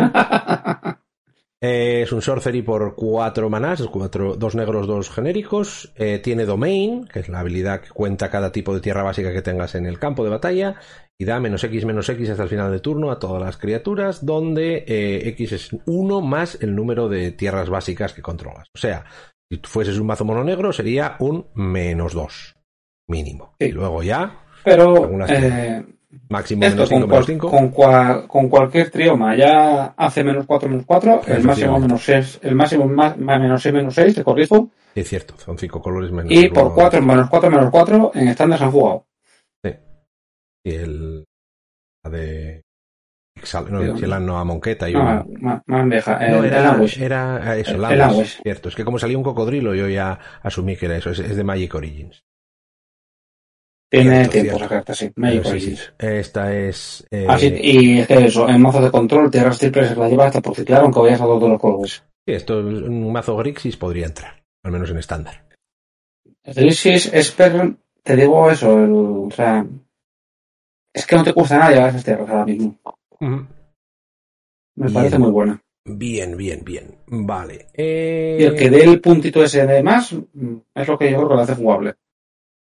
eh, es un sorcery por cuatro manás, cuatro, dos negros, dos genéricos. Eh, tiene domain, que es la habilidad que cuenta cada tipo de tierra básica que tengas en el campo de batalla. Y da menos X, menos X hasta el final de turno a todas las criaturas, donde eh, X es uno más el número de tierras básicas que controlas. O sea, si fueses un mazo mono negro, sería un menos dos, mínimo. Sí. Y luego ya... Pero... Eh, máximo menos cinco, menos cinco. Con, cual, con cualquier trioma ya hace menos cuatro, menos cuatro, el máximo menos seis, el máximo más, más menos seis, menos seis, te corrijo. Sí, es cierto, son cinco colores menos. Y por cuatro, menos cuatro, menos cuatro, en estándar se han jugado. Sí. Y el la de Exal, no, Exalan no a Monqueta y no, una... más, más vieja el, no, era, el Language. era eso, el, el Language. Cierto, es que como salía un cocodrilo yo ya asumí que era eso, es, es de Magic Origins. Tiene cierto, tiempo cierto. La carta, sí, Magic sí, Origins. Sí. Esta es... Eh... Así, y es que eso, en mazos de control, tierras triples se la lleva hasta por ciclar, aunque vayas a dos de los colores. Sí, esto un mazo Grixis podría entrar, al menos en estándar. Grixis es, per, te digo eso, el, o sea... Es que no te cuesta nada llevar esas tierras ahora mismo. Uh-huh. Me bien. Parece muy buena. Bien, bien, bien. Vale. Eh... Y el que dé el puntito ese de más es lo que yo creo que lo hace jugable.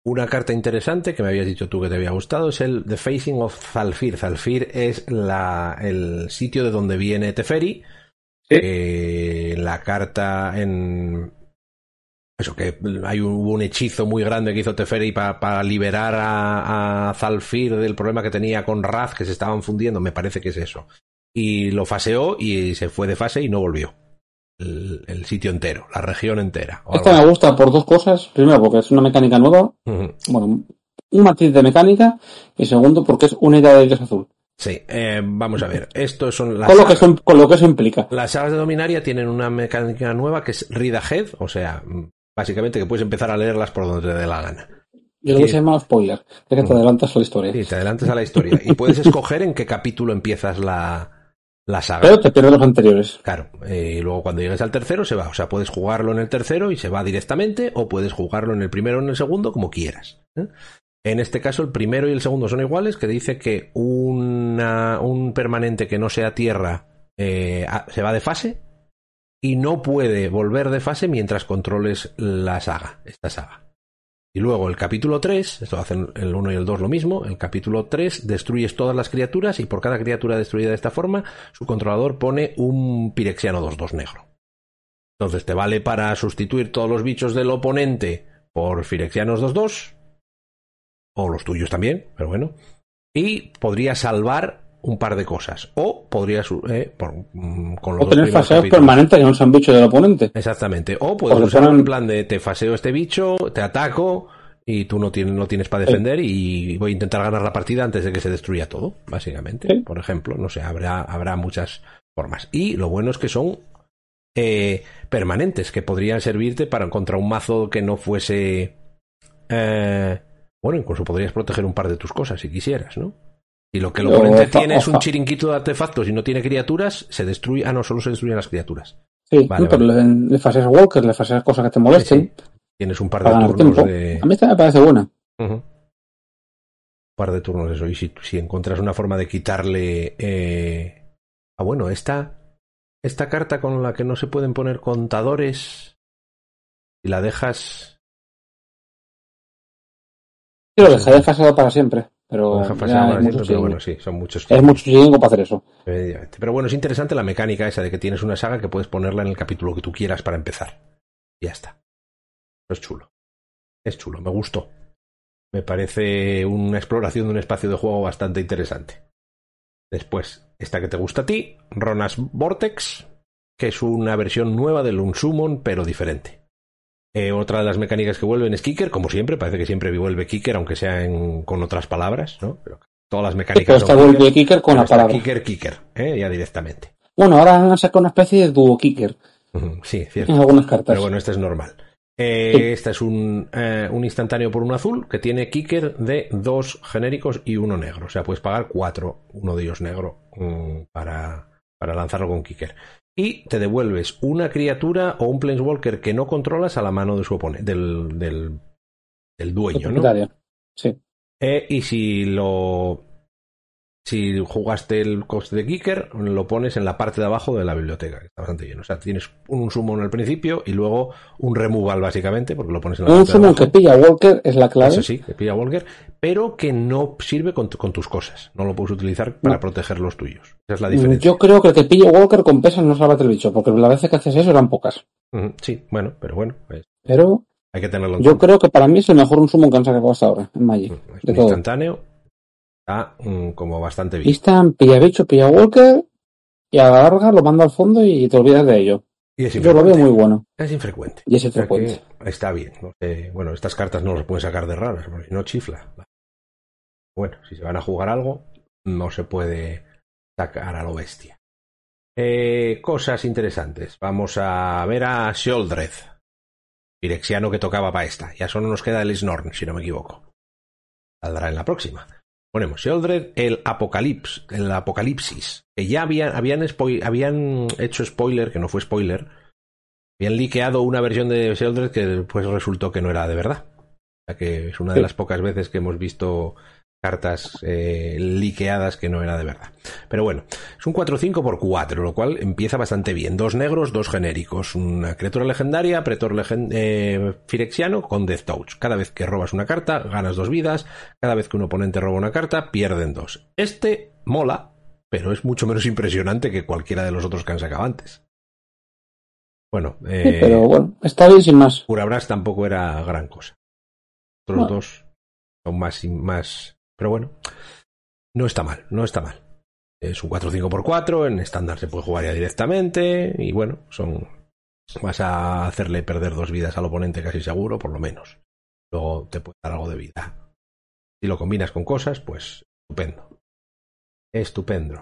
Una carta interesante que me habías dicho tú que te había gustado es el The Facing of Zhalfir. Zhalfir es la, el sitio de donde viene Teferi. Sí. Eh, la carta en... Eso, que hay un, hubo un hechizo muy grande que hizo Teferi para pa liberar a, a Zhalfir del problema que tenía con Raz, que se estaban fundiendo. Me parece que es eso. Y lo faseó y se fue de fase y no volvió. El, el sitio entero, la región entera. Esta me gusta por dos cosas. Primero, porque es una mecánica nueva. Uh-huh. Bueno, un matiz de mecánica. Y segundo, porque es una idea de dios azul. Sí, eh, vamos a ver. Esto son las con, lo que son, con lo que eso implica. Las sagas de Dominaria tienen una mecánica nueva que es Read Ahead. O sea, básicamente que puedes empezar a leerlas por donde te dé la gana. Yo lo que se llama spoiler. Es que te adelantas a la historia. Sí, te adelantas a la historia. Y puedes escoger en qué capítulo empiezas la... la saga. Pero te pierdes los anteriores. Claro, eh, y luego cuando llegues al tercero se va. O sea, puedes jugarlo en el tercero y se va directamente, o puedes jugarlo en el primero o en el segundo, como quieras. ¿eh? En este caso, el primero y el segundo son iguales, que dice que una, un permanente que no sea tierra eh, se va de fase y no puede volver de fase mientras controles la saga, esta saga. Y luego el capítulo tres, esto hacen el uno y el dos lo mismo, el capítulo tres destruyes todas las criaturas y por cada criatura destruida de esta forma, su controlador pone un Pirexiano dos dos negro. Entonces te vale para sustituir todos los bichos del oponente por Pirexianos dos dos, o los tuyos también, pero bueno, y podrías salvar un par de cosas, o podrías eh, por, mm, con los o tener faseos permanentes que no sean bichos del oponente. Exactamente, o puedes Porque usar ponen... en plan de te faseo este bicho, te ataco y tú no tienes, no tienes para defender sí. Y voy a intentar ganar la partida antes de que se destruya todo, básicamente, sí. Por ejemplo, no sé, habrá, habrá muchas formas. Y lo bueno es que son eh, permanentes, que podrían servirte para contra un mazo que no fuese eh, bueno, incluso podrías proteger un par de tus cosas si quisieras, ¿no? Y lo que el oponente ofa, tiene ofa. es un chiringuito de artefactos y no tiene criaturas, se destruye. Ah, no, solo se destruyen las criaturas. Sí, vale, no, pero vale. le, le fases walkers, le fases cosas que te molesten. Sí, sí. Tienes un par de turnos tiempo. de. A mí esta me parece buena. Uh-huh. Un par de turnos de eso. Y si, si encuentras una forma de quitarle. Eh... Ah, bueno, esta. Esta carta con la que no se pueden poner contadores. Y la dejas. Sí, lo dejaré fasado para siempre. Pero, para siempre, pero bueno, sí, son muchos. Es mucho chingo para hacer eso. Pero bueno, es interesante la mecánica esa de que tienes una saga que puedes ponerla en el capítulo que tú quieras para empezar. Y ya está. Es chulo. Es chulo, me gustó. Me parece una exploración de un espacio de juego bastante interesante. Después, esta que te gusta a ti, Ronas Vortex, que es una versión nueva del Unsummon, pero diferente. Eh, otra de las mecánicas que vuelven es Kicker, como siempre, parece que siempre vuelve Kicker, aunque sea en, con otras palabras, ¿no? Pero todas las mecánicas sí, son vuelve Kicker, Kicker con la palabra. Kicker, Kicker, ¿eh? Ya directamente. Bueno, ahora han sacado una especie de dúo Kicker. Uh-huh, sí, cierto. En algunas cartas. Pero bueno, este es normal. Eh, sí. Este es un, eh, un instantáneo por un azul que tiene Kicker de dos genéricos y uno negro. O sea, puedes pagar cuatro, uno de ellos negro, um, para, para lanzarlo con Kicker. Y te devuelves una criatura o un Planeswalker que no controlas a la mano de su oponente, del, del, del dueño, ¿no? Sí. Eh, y si lo si jugaste el coste de Kicker, lo pones en la parte de abajo de la biblioteca, que está bastante bien. O sea, tienes un summon al principio y luego un removal, básicamente, porque lo pones en la un parte summon que pilla Walker es la clave. Eso sí, que pilla Walker, pero que no sirve con, con tus cosas. No lo puedes utilizar para no. proteger los tuyos. Esa es la diferencia. Yo creo que el que pilla Walker con pesas no salva el bicho, porque las veces que haces eso eran pocas. Uh-huh, sí, bueno, pero bueno. Pues, pero hay que tenerlo en yo cuenta. creo que para mí es el mejor un summon que han sacado hasta ahora, en Magic. Uh-huh, es de un todo. instantáneo. Está um, como bastante bien. Instant, pilla bicho, pilla Walker, y a la larga lo manda al fondo y te olvidas de ello. Y es Yo lo veo muy bueno. Es infrecuente. Y es infrecuente. O sea está bien. ¿no? Eh, bueno, estas cartas no las pueden sacar de raras, porque si no chifla. Bueno, si se van a jugar algo, no se puede sacar a lo bestia. Eh, cosas interesantes. Vamos a ver a Sheoldred, Pirexiano que tocaba para esta. Ya solo nos queda el Snorn, si no me equivoco. Saldrá en la próxima. Ponemos Sheoldred, el Apocalipsis, el Apocalipsis, que ya habían, habían, spo- habían hecho spoiler, que no fue spoiler, habían liqueado una versión de Sheoldred que después resultó que no era de verdad. O sea que es una de las pocas veces que hemos visto cartas eh, liqueadas que no era de verdad. Pero bueno, es un cuatro cinco por cuatro, lo cual empieza bastante bien. Dos negros, dos genéricos. Una criatura legendaria, pretor legend eh, firexiano con Death Touch. Cada vez que robas una carta, ganas dos vidas. Cada vez que un oponente roba una carta, pierden dos. Este mola, pero es mucho menos impresionante que cualquiera de los otros que han sacado antes. Bueno, eh, sí, pero bueno, está bien sin más. Urabras tampoco era gran cosa. Los bueno. dos son más, más... Pero bueno, no está mal, no está mal. Es un cuatro cinco por cuatro, en estándar se puede jugar ya directamente y bueno, son vas a hacerle perder dos vidas al oponente casi seguro, por lo menos. Luego te puede dar algo de vida. Si lo combinas con cosas, pues estupendo. Estupendo.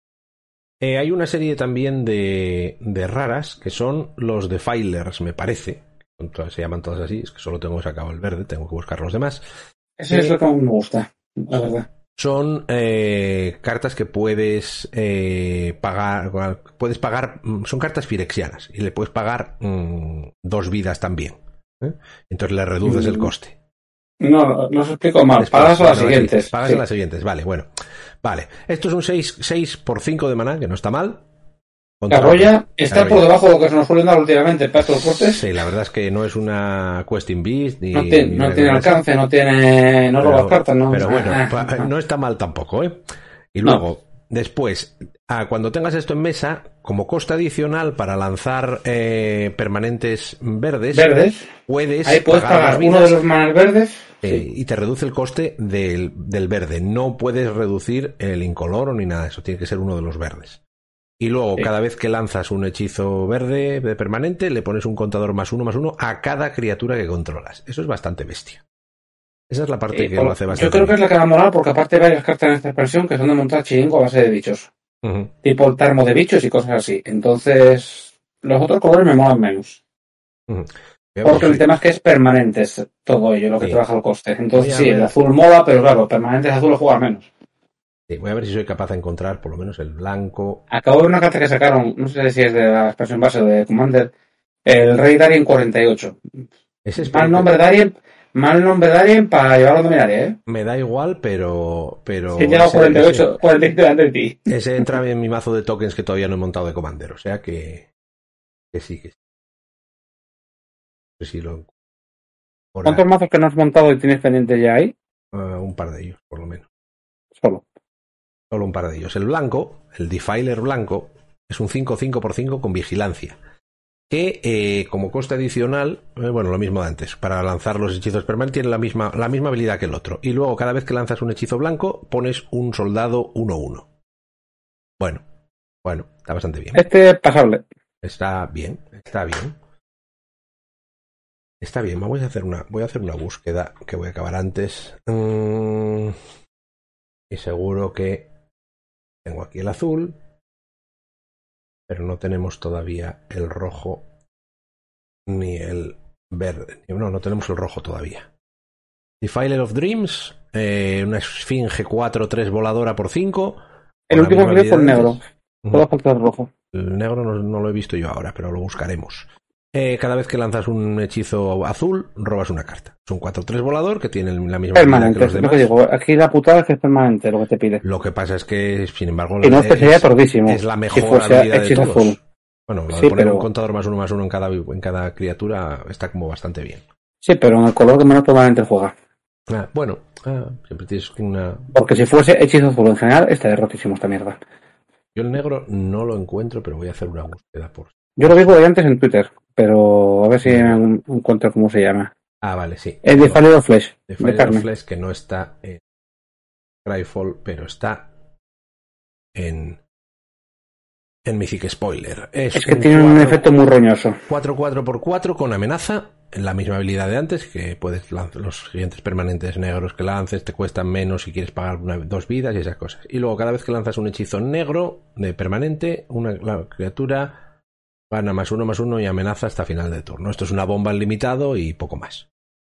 Eh, hay una serie también de, de raras que son los Defilers, me parece. Se llaman todas así, es que solo tengo sacado el verde, tengo que buscar los demás. Ese eh, es lo que me gusta, la verdad. Son eh, cartas que puedes eh, pagar, puedes pagar, son cartas firexianas y le puedes pagar mmm, dos vidas también. ¿eh? Entonces le reduces mm. el coste. No, no os explico mal. Después, pagas a las bueno, siguientes. Sí, pagas sí. a las siguientes, vale, bueno. Vale, esto es un seis por cinco de maná, que no está mal. Carroya está Carroya. Por debajo de lo que se nos suelen dar últimamente para estos costes. Sí, la verdad es que no es una Questing Beast ni, no, te, ni no tiene alcance, no tiene no robas cartas, no. Pero bueno, ah, no está mal tampoco, ¿eh? Y luego, no. después, ah, cuando tengas esto en mesa, como coste adicional para lanzar eh, permanentes verdes, verdes, puedes ahí puedes pagar, pagar uno de los manas verdes. Eh, sí. Y te reduce el coste del, del verde. No puedes reducir el incoloro ni nada de eso, tiene que ser uno de los verdes. Y luego, sí. cada vez que lanzas un hechizo verde de permanente, le pones un contador más uno más uno a cada criatura que controlas. Eso es bastante bestia. Esa es la parte sí, que por, lo hace bastante Yo creo bien. que es la que va a molar porque aparte hay varias cartas en esta expansión que son de montar chiringo a base de bichos. Uh-huh. Tipo el tarmo de bichos y cosas así. Entonces, los otros colores me molan menos. Uh-huh. Porque el sí. tema es que es permanente todo ello, lo que sí. te baja el coste. Entonces sí, el azul mola, pero claro, permanentes azul lo juega menos. Sí, voy a ver si soy capaz de encontrar por lo menos el blanco. Acabo de ver una carta que sacaron, no sé si es de la expansión base de Commander, el Rey Darien cuarenta y ocho. Ese es mal nombre Darien, mal nombre Darien para llevarlo a dominaria, ¿eh? Me da igual, pero... pero sí, llega a cuarenta y ocho, ese, cuarenta y ocho delante de ti. Ese entra en mi mazo de tokens que todavía no he montado de Commander, o sea que... Que sí, que sí. Que sí lo... ¿Cuántos mazos que no has montado y tienes pendientes ya ahí? Uh, un par de ellos, por lo menos. Solo. Solo un par de ellos. El blanco, el Defiler blanco, es un cinco cinco por cinco con vigilancia. Que eh, como coste adicional, eh, bueno, lo mismo de antes, para lanzar los hechizos permanentes tiene la misma, la misma habilidad que el otro. Y luego cada vez que lanzas un hechizo blanco, pones un soldado uno uno. Bueno, bueno, está bastante bien. Este es pasable. Está bien, está bien. Está bien, vamos a hacer una, voy a hacer una búsqueda que voy a acabar antes. Mm, y seguro que tengo aquí el azul, pero no tenemos todavía el rojo ni el verde. No, no tenemos el rojo todavía. Defiler of Dreams, eh, una esfinge cuatro tres voladora por cinco. El último que fue el negro. Todo falta el rojo. El negro no, no lo he visto yo ahora, pero lo buscaremos. Eh, cada vez que lanzas un hechizo azul, robas una carta. Es un cuatro tres volador que tiene la misma permanente, que los demás. Lo que digo, aquí la putada es que es permanente lo que te pide. Lo que pasa es que, sin embargo, y no, es, sería tordísimo, es la mejor si habilidad de todos. Azul. Bueno, lo de sí, poner pero... un contador más uno más uno en cada, en cada criatura está como bastante bien. Sí, pero en el color que menos permanente juega. Ah, bueno, ah, siempre tienes una... Porque si fuese hechizo azul en general, está derrotísimo esta mierda. Yo el negro no lo encuentro, pero voy a hacer una búsqueda por... Yo lo vi de antes en Twitter, pero a ver si me encuentro cómo se llama. Ah, vale, sí. El de Defiler of Flesh. Defiler of Flesh, que no está en Cryfall, pero está en en Mythic Spoiler. Es, es que tiene cuatro, un efecto muy roñoso. cuatro cuatro por cuatro con amenaza, en la misma habilidad de antes, que puedes lanzar los siguientes permanentes negros que lances, te cuestan menos si quieres pagar una, dos vidas y esas cosas. Y luego cada vez que lanzas un hechizo negro de permanente, una la criatura gana más uno más uno y amenaza hasta final de turno. Esto es una bomba en limitado y poco más.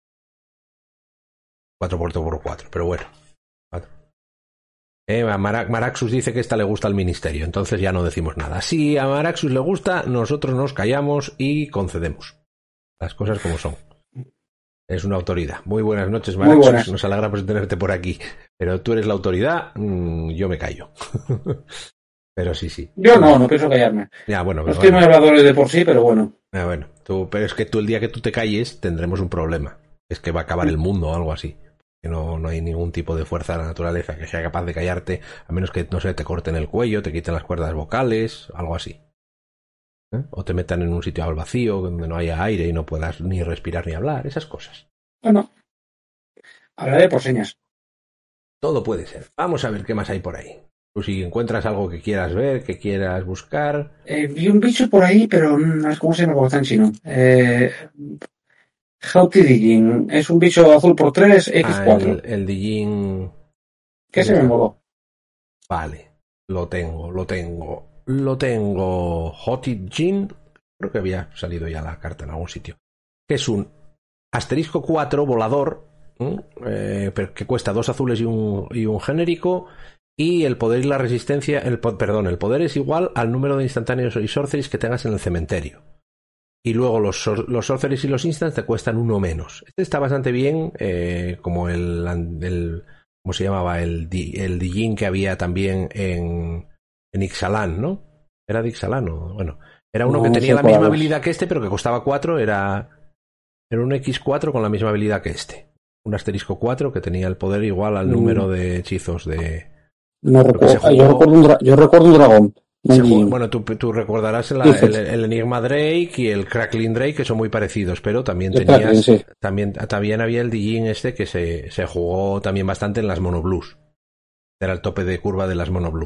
cuatro por cuatro, pero bueno. Eh, Mar- Maraxus dice que esta le gusta al ministerio, entonces ya no decimos nada. Si a Maraxus le gusta, nosotros nos callamos y concedemos las cosas como son. Es una autoridad. Muy buenas noches, Maraxus. Nos alegramos de tenerte por aquí. Pero tú eres la autoridad, mmm, yo me callo. Pero sí, sí. Yo no, no pienso callarme. Ya, bueno. No estoy muy hablador de por sí, pero bueno. Ah, bueno. Tú, pero es que tú el día que tú te calles tendremos un problema. Es que va a acabar el mundo o algo así. Que no, no hay ningún tipo de fuerza de la naturaleza que sea capaz de callarte, a menos que, no sé, te corten el cuello, te quiten las cuerdas vocales, algo así. ¿Eh? O te metan en un sitio al vacío donde no haya aire y no puedas ni respirar ni hablar, esas cosas. Bueno, hablaré por señas. Todo puede ser. Vamos a ver qué más hay por ahí. Tú si encuentras algo que quieras ver, que quieras buscar... Eh, vi un bicho por ahí, pero no es como se llama, porque está en chino. Eh... Hauti Dijin. Es un bicho azul por tres, equis cuatro. Ah, el, el Dijin... ¿Qué se me moló? Vale, lo tengo, lo tengo. Lo tengo. Hauti Jin. Creo que había salido ya la carta en algún sitio. Que es un asterisco cuatro volador, eh, que cuesta dos azules y un, y un genérico. Y el poder y la resistencia, el, perdón, el poder es igual al número de instantáneos y sorceries que tengas en el cementerio. Y luego los, los sorceries y los instants te cuestan uno menos. Este está bastante bien, eh, como el, el... ¿Cómo se llamaba? El, el Dijin que había también en, en Ixalan, ¿no? ¿Era de Ixalan o...? Bueno, era uno no, que tenía la misma habilidad que este, pero que costaba cuatro. Era, era un equis cuatro con la misma habilidad que este. Un asterisco cuatro que tenía el poder igual al mm. número de hechizos de... No recuerdo, jugó... yo, recuerdo un yo recuerdo un dragón. Jugó, bueno, tú, tú recordarás la, el, el Enigma Drake y el Crackling Drake, que son muy parecidos, pero también el tenías Crackling, sí. también, también había el Dijin este que se, se jugó también bastante en las Mono Blues. Era el tope de curva de las Mono Blue.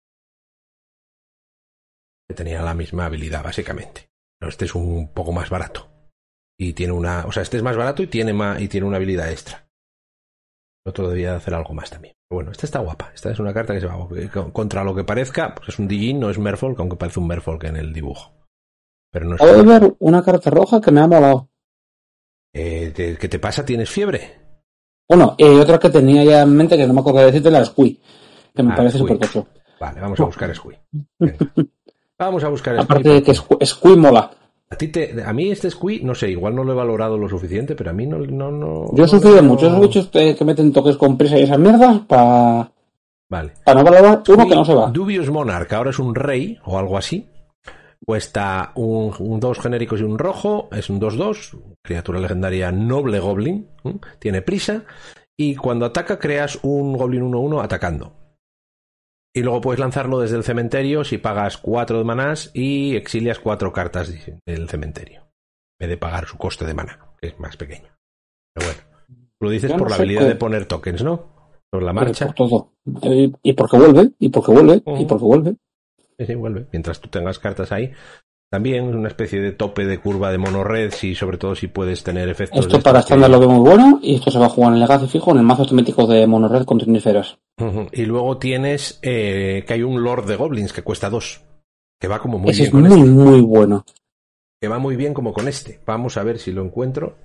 Que tenía la misma habilidad, básicamente. Pero este es un poco más barato. Y tiene una... O sea, este es más barato y tiene, más, y tiene una habilidad extra. El otro debía hacer algo más también. Pero bueno, esta está guapa. Esta es una carta que se va contra lo que parezca. Pues es un Dijin, no es Merfolk, aunque parece un Merfolk en el dibujo. Pero no es. Puedo ver una carta roja que me ha molado. Eh, te, ¿Qué te pasa? ¿Tienes fiebre? Bueno, y eh, otra que tenía ya en mente que no me acuerdo de decirte, la Squee. Que me ah, parece súper tocho. Vale, vamos a buscar Squee. Vamos a buscar Squee. Aparte de que Squee mola. A ti te, a mí este Squee, no sé, igual no lo he valorado lo suficiente, pero a mí no... no, no Yo he sufrido no, muchos no... bichos que, que meten toques con prisa y esas mierdas para... Vale. Para no valorar uno Squee, que no se va. Dubious Monarch, ahora es un rey o algo así. Cuesta un, un dos genéricos y un rojo, es un dos dos, criatura legendaria noble goblin, ¿eh? Tiene prisa, y cuando ataca creas un goblin uno uno atacando. Y luego puedes lanzarlo desde el cementerio si pagas cuatro de manás y exilias cuatro cartas del cementerio, en vez de pagar su coste de maná, que es más pequeño. Pero bueno, lo dices no por la habilidad que... de poner tokens, ¿no? Por la marcha. Por todo. Y porque vuelve, y porque vuelve, uh-huh. y porque vuelve. Sí, sí, vuelve. Mientras tú tengas cartas ahí. También una especie de tope de curva de mono-red, y sobre todo si puedes tener efectos. Esto para estándar que... lo veo muy bueno, y esto se va a jugar en el Legacy fijo en el mazo automático de mono-red con triníferas. Uh-huh. Y luego tienes eh, que hay un Lord de Goblins que cuesta dos, que va como muy Ese bien es con muy, este. muy bueno. Que va muy bien como con este. Vamos a ver si lo encuentro.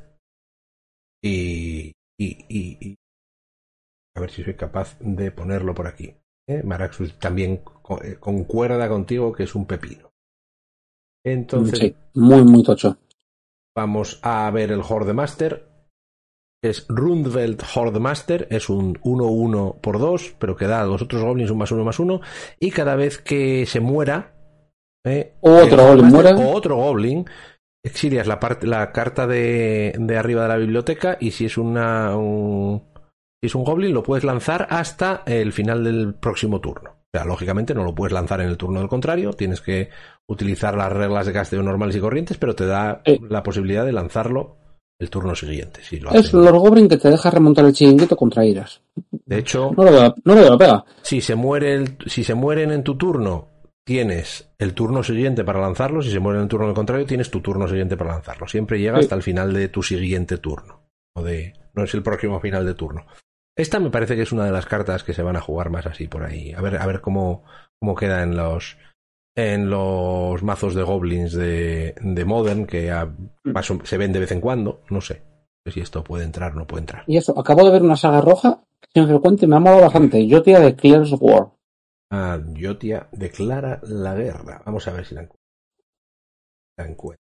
Y, y, y, y a ver si soy capaz de ponerlo por aquí. ¿Eh? Maraxus también concuerda contigo que es un pepino. Entonces, sí, muy, muy tocho. Vamos a ver el Horde Master. Es Rundveld Horde Master. Es un uno uno por dos, pero que da a los otros goblins un más uno más uno. Y cada vez que se muera, eh, otro goblin muera. O otro goblin, exilias la, parte, la carta de, de arriba de la biblioteca. Y si es una un, si es un goblin, lo puedes lanzar hasta el final del próximo turno. O sea, lógicamente no lo puedes lanzar en el turno del contrario, tienes que utilizar las reglas de casteo normales y corrientes, pero te da eh. la posibilidad de lanzarlo el turno siguiente. Si lo es Lord Goblin que te deja remontar el chiringuito contra iras. De hecho, no le veo, no le veo la pega. Si se muere el, si se mueren en tu turno, tienes el turno siguiente para lanzarlo. Si se mueren en el turno del contrario, tienes tu turno siguiente para lanzarlo. Siempre llega sí. hasta el final de tu siguiente turno. O de, no es el próximo final de turno. Esta me parece que es una de las cartas que se van a jugar más así por ahí. A ver, a ver cómo, cómo queda en los en los mazos de goblins de, de Modern, que a, paso, se ven de vez en cuando. No sé si esto puede entrar o no puede entrar. Y eso, acabo de ver una saga roja que me frecuente, me ha molado bastante. Jotia Declares War. Ah, Jotia declara la guerra. Vamos a ver si la encuentro. La encuentro.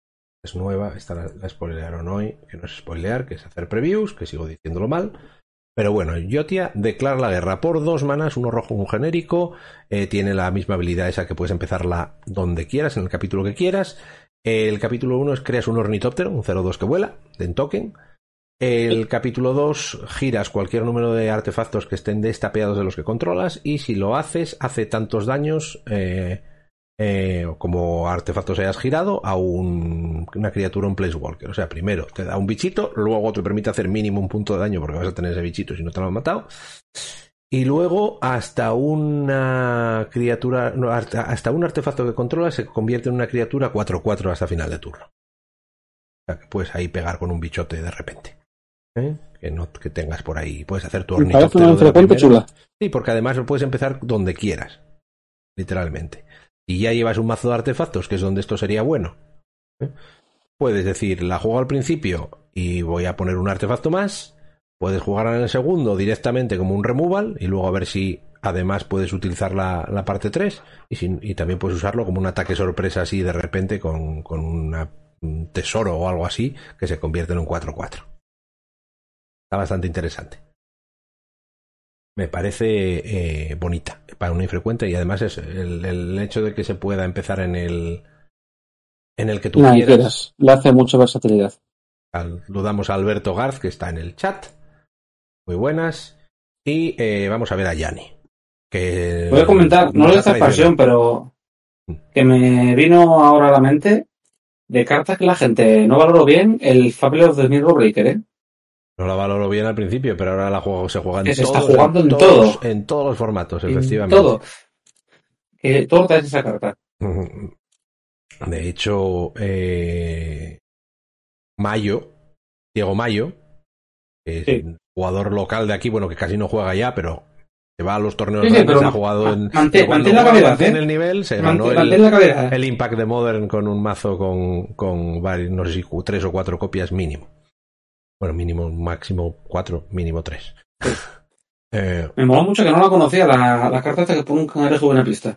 es nueva, esta la, la spoilearon hoy, que no es spoilear, que es hacer previews, que sigo diciéndolo mal. Pero bueno, Iotia declara la guerra por dos manas, uno rojo, un genérico. Eh, tiene la misma habilidad esa que puedes empezarla donde quieras, en el capítulo que quieras. El capítulo uno es creas un ornitóptero, un cero dos que vuela, de token. El capítulo dos giras cualquier número de artefactos que estén destapeados de los que controlas. Y si lo haces, hace tantos daños eh, eh, como artefactos hayas girado a un, una criatura, un Planeswalker. O sea, primero te da un bichito, luego te permite hacer mínimo un punto de daño porque vas a tener ese bichito si no te lo han matado. Y luego hasta una criatura, no, hasta un artefacto que controlas se convierte en una criatura cuatro cuatro hasta final de turno. O sea, que puedes ahí pegar con un bichote de repente. ¿Eh? Que no que tengas por ahí. Puedes hacer tu ornitóptero de la primera. Chula. Sí, porque además lo puedes empezar donde quieras. Literalmente. Y ya llevas un mazo de artefactos, que es donde esto sería bueno. ¿Eh? Puedes decir, la juego al principio y voy a poner un artefacto más. Puedes jugar en el segundo directamente como un removal y luego a ver si además puedes utilizar la, la parte tres y, si, y también puedes usarlo como un ataque sorpresa así de repente con, con una, un tesoro o algo así que se convierte en un cuatro cuatro. Está bastante interesante. Me parece eh, bonita para una infrecuente y además es el, el hecho de que se pueda empezar en el en el que tú no, quieras. quieras. Le hace mucha versatilidad. Saludamos a Alberto Garz que está en el chat. Muy buenas. Y eh, vamos a ver a Yanni. Que voy a comentar, no es de esta expansión, pero que me vino ahora a la mente de cartas que la gente no valoró bien, el Fable of the Mirror Breaker, ¿eh? No la valoro bien al principio, pero ahora la juego, se juega en que se todos, está jugando en, en todos, todo. En todos los formatos, en efectivamente. Todo. Que todo trae esa carta. De hecho, eh, Mayo, Diego Mayo, que es sí. jugador local de aquí, bueno, que casi no juega ya, pero se va a los torneos sí, sí, grandes, ha jugado en... Mantén, mantén la calidad, ¿eh? En el nivel, se mantén, ganó el, la el Impact de Modern con un mazo con, con varios, no sé si tres o cuatro copias mínimo. Bueno, mínimo, máximo cuatro, mínimo tres. Sí. eh, Me mola mucho que no la conocía, la, la carta esta que pone un cangrejo en la pista.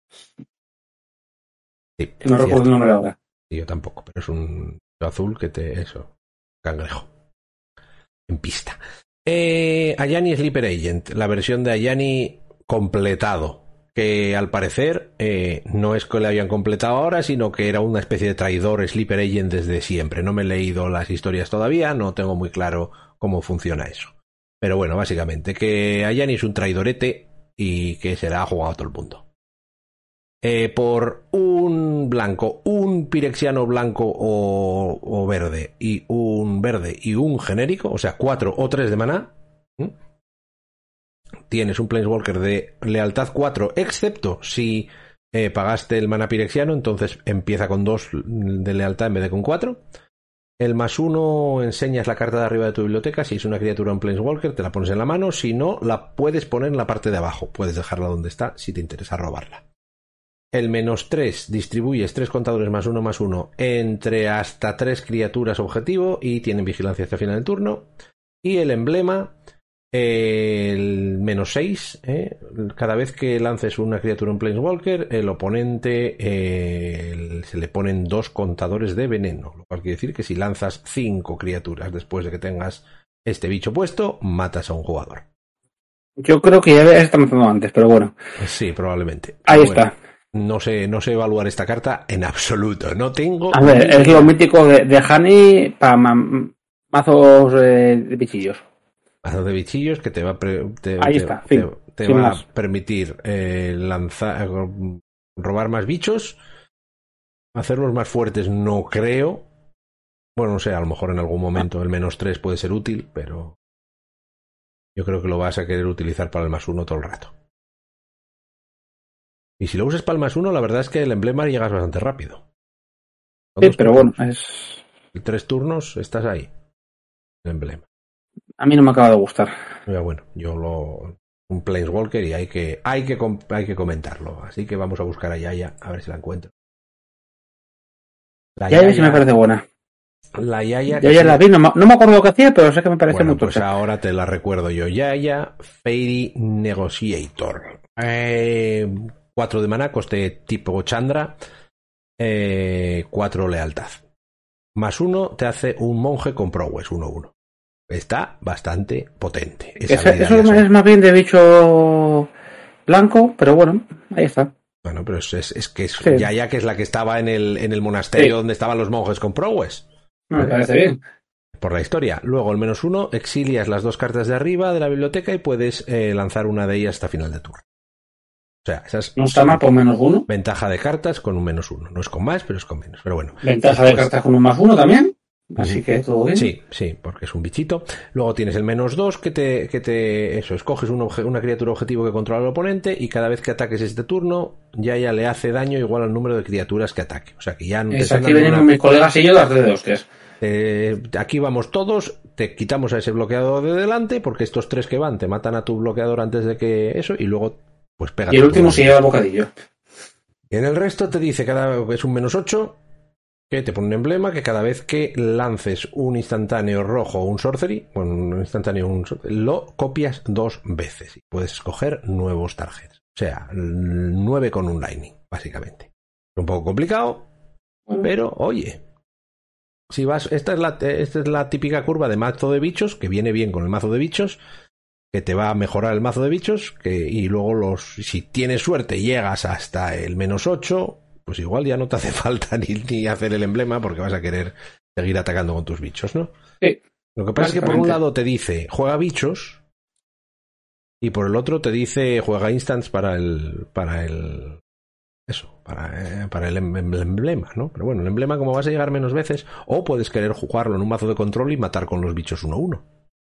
Sí, que no recuerdo el nombre ahora. Sí, yo tampoco, pero es un azul que te... Eso, cangrejo. En pista. Eh, Ayani Sleeper Agent, la versión de Ayani completado, que al parecer eh, no es que le hayan completado ahora, sino que era una especie de traidor Sleeper Agent desde siempre. No me he leído las historias todavía, no tengo muy claro cómo funciona eso. Pero bueno, básicamente, que Ayani es un traidorete y que se la ha jugado a todo el mundo. Eh, por un blanco, un pirexiano blanco o, o verde y un verde y un genérico, o sea, cuatro o tres de maná, ¿Mm? tienes un Planeswalker de lealtad cuatro, excepto si eh, pagaste el maná pirexiano, entonces empieza con dos de lealtad en vez de con cuatro. El más uno enseñas la carta de arriba de tu biblioteca. Si es una criatura en Planeswalker, te la pones en la mano. Si no, la puedes poner en la parte de abajo. Puedes dejarla donde está si te interesa robarla. El menos tres, distribuyes tres contadores más uno más uno entre hasta tres criaturas objetivo y tienen vigilancia hasta el final del turno. Y el emblema, eh, el menos seis, eh, cada vez que lances una criatura en Planeswalker, el oponente eh, el, se le ponen dos contadores de veneno, lo cual quiere decir que si lanzas cinco criaturas después de que tengas este bicho puesto, matas a un jugador. Yo creo que ya estamos haciendo antes, pero bueno. Sí, probablemente. Ahí bueno. está. No sé, no sé evaluar esta carta en absoluto. No tengo. A ver, es lo mítico de, de Hani para ma mazos eh, de bichillos. Mazos de bichillos que te va a, pre te, Ahí te, está, te, fin, te va a permitir eh, lanzar, robar más bichos, hacerlos más fuertes. No creo. Bueno, no sé, a lo mejor en algún momento el menos tres puede ser útil, pero yo creo que lo vas a querer utilizar para el más uno todo el rato. Y si lo usas para el más uno, la verdad es que el emblema llegas bastante rápido. Sí, pero turnos. Bueno, es... En tres turnos estás ahí. El emblema. A mí no me acaba de gustar. Ya bueno, yo lo... Un Planeswalker y hay que, hay que, hay que comentarlo. Así que vamos a buscar a Yaya, a ver si la encuentro. La Yaya, Yaya sí me parece buena. La Yaya... Yaya la vi, no, no me acuerdo lo que hacía, pero sé que me parece bueno, muy pues tocha. ahora te la recuerdo yo. Yaya Fairy Negotiator. Eh... cuatro de maná, coste tipo Chandra, eh, cuatro lealtad. más uno te hace un monje con prowess uno uno. Está bastante potente. Esa, eso es son. Más bien de bicho blanco, pero bueno, ahí está. Bueno, pero es, es, es que es sí. ya ya que es la que estaba en el, en el monasterio sí. donde estaban los monjes con prowess. Me ¿Eh? parece bien. Por la historia. Luego, el menos uno, exilias las dos cartas de arriba de la biblioteca y puedes eh, lanzar una de ellas hasta final de turno. O sea, esas ¿no está mal por menos uno? Ventaja de cartas con un menos uno. No es con más, pero es con menos. Pero bueno. Ventaja después, de cartas con un más uno también. Así que todo bien. Sí, sí, porque es un bichito. Luego tienes el menos dos que te, que te eso, escoges un obje, una criatura objetivo que controla al oponente y cada vez que ataques este turno, ya ya le hace daño igual al número de criaturas que ataque. O sea que ya no es te aquí venimos una... mis colegas y yo las de hostias. Eh, aquí vamos todos, te quitamos a ese bloqueador de delante, porque estos tres que van te matan a tu bloqueador antes de que eso, y luego pues pega. Y el último se lleva el bocadillo. Y en el resto te dice cada es un menos ocho. Que te pone un emblema que cada vez que lances un instantáneo rojo o un sorcery, bueno, un instantáneo un sorcery, lo copias dos veces y puedes escoger nuevos targets. O sea, nueve con un lightning, básicamente. Es un poco complicado, pero oye, si vas, esta es la, esta es la típica curva de mazo de bichos, que viene bien con el mazo de bichos, que te va a mejorar el mazo de bichos, que, y luego los, si tienes suerte llegas hasta el menos ocho, pues igual ya no te hace falta ni, ni hacer el emblema porque vas a querer seguir atacando con tus bichos, ¿no? Sí. Lo que pasa es que por un lado te dice juega bichos y por el otro te dice juega instants para el para el eso, para, eh, para el, em, el emblema, ¿no? Pero bueno, el emblema como vas a llegar menos veces o puedes querer jugarlo en un mazo de control y matar con los bichos uno a uno.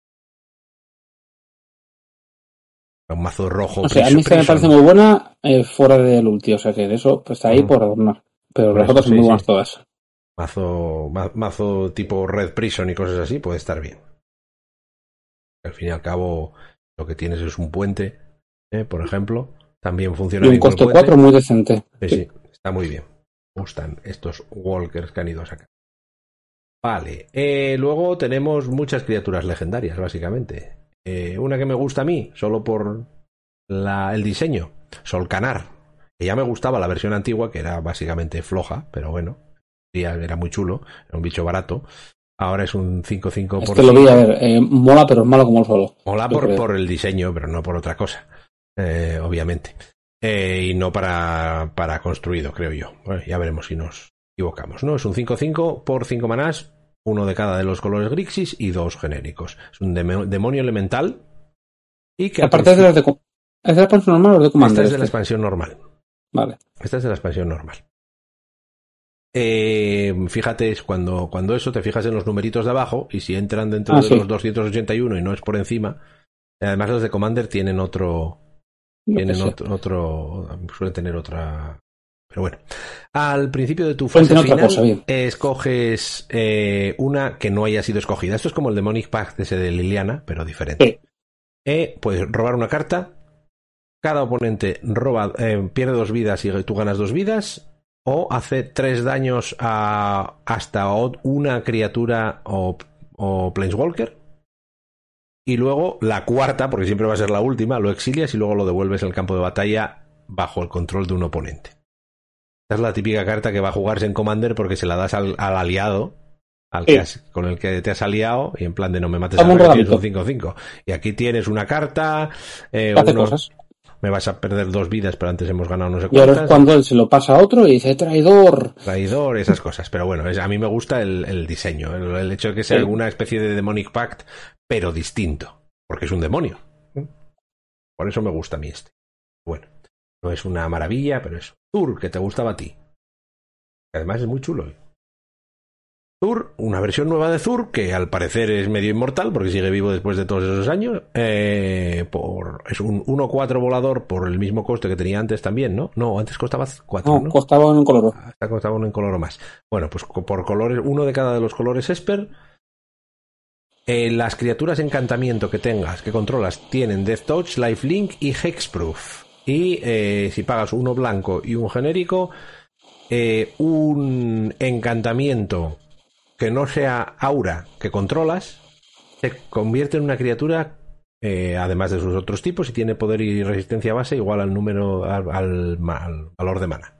Un mazo rojo. O sea, a mí se me parece muy buena eh, fuera del ulti, o sea que de eso pues está ahí uh-huh. por adornar. Pero las otras son muy buenas sí. todas. Mazo, ma, mazo tipo Red Prison y cosas así puede estar bien. Al fin y al cabo, lo que tienes es un puente, ¿eh? Por ejemplo. También funciona y bien. Un costo cuatro muy decente. Sí, sí, está muy bien. Me gustan estos walkers que han ido a sacar. Vale. Eh, luego tenemos muchas criaturas legendarias, básicamente. Eh, una que me gusta a mí, solo por la, el diseño, Solcanar, que ya me gustaba la versión antigua, que era básicamente floja, pero bueno, era muy chulo, era un bicho barato. Ahora es un cinco cinco por Este lo vi, a ver, eh, mola, pero es malo como el solo. Mola por, por el diseño, pero no por otra cosa, eh, obviamente. Eh, y no para, para construido, creo yo. Bueno, ya veremos si nos equivocamos, ¿no? Es un cinco cinco por cinco manás, uno de cada de los colores Grixis y dos genéricos. Es un dem- demonio elemental. Y que aparte principio... de los de, ¿es de la expansión normal o de Commander? Esta es de la expansión normal. Vale. Esta es de la expansión normal. Eh, fíjate, es cuando, cuando eso te fijas en los numeritos de abajo y si entran dentro ah, de sí. los doscientos ochenta y uno y no es por encima. Además los de Commander tienen otro... No tienen otro, otro... Suelen tener otra... Pero bueno, al principio de tu fase final cosa, escoges eh, una que no haya sido escogida. Esto es como el Demonic Pact ese de Liliana, pero diferente. Sí. Eh, puedes robar una carta, cada oponente roba, eh, pierde dos vidas y tú ganas dos vidas, o hace tres daños a hasta una criatura o, o Planeswalker, y luego la cuarta, porque siempre va a ser la última, lo exilias y luego lo devuelves al campo de batalla bajo el control de un oponente. Esta es la típica carta que va a jugarse en Commander porque se la das al, al aliado al que has, con el que te has aliado y en plan de no me mates a la tienes un cinco cinco. Y aquí tienes una carta, eh, hace unos, cosas. Me vas a perder dos vidas, pero antes hemos ganado no sé cuántas. Y ahora es cuando él se lo pasa a otro y dice traidor. Traidor, esas cosas. Pero bueno, es, a mí me gusta el, el diseño, el, el hecho de que sea sí. alguna especie de Demonic Pact, pero distinto, porque es un demonio. Por eso me gusta a mí este. Bueno, no es una maravilla, pero es Tur, que te gustaba a ti. Además es muy chulo. Zur, una versión nueva de Zur, que al parecer es medio inmortal, porque sigue vivo después de todos esos años. Eh, por, es un uno cuatro volador por el mismo coste que tenía antes también, ¿no? No, antes costaba cuatro, ¿no? No, costaba uno en color. Hasta costaba uno en color más. Bueno, pues por colores, uno de cada de los colores Esper. Eh, las criaturas encantamiento que tengas, que controlas, tienen Death Touch, Lifelink y Hexproof. Y eh, si pagas uno blanco y un genérico, eh, un encantamiento que no sea aura que controlas, se convierte en una criatura, eh, además de sus otros tipos, y tiene poder y resistencia base igual al número, al, al, al valor de mana.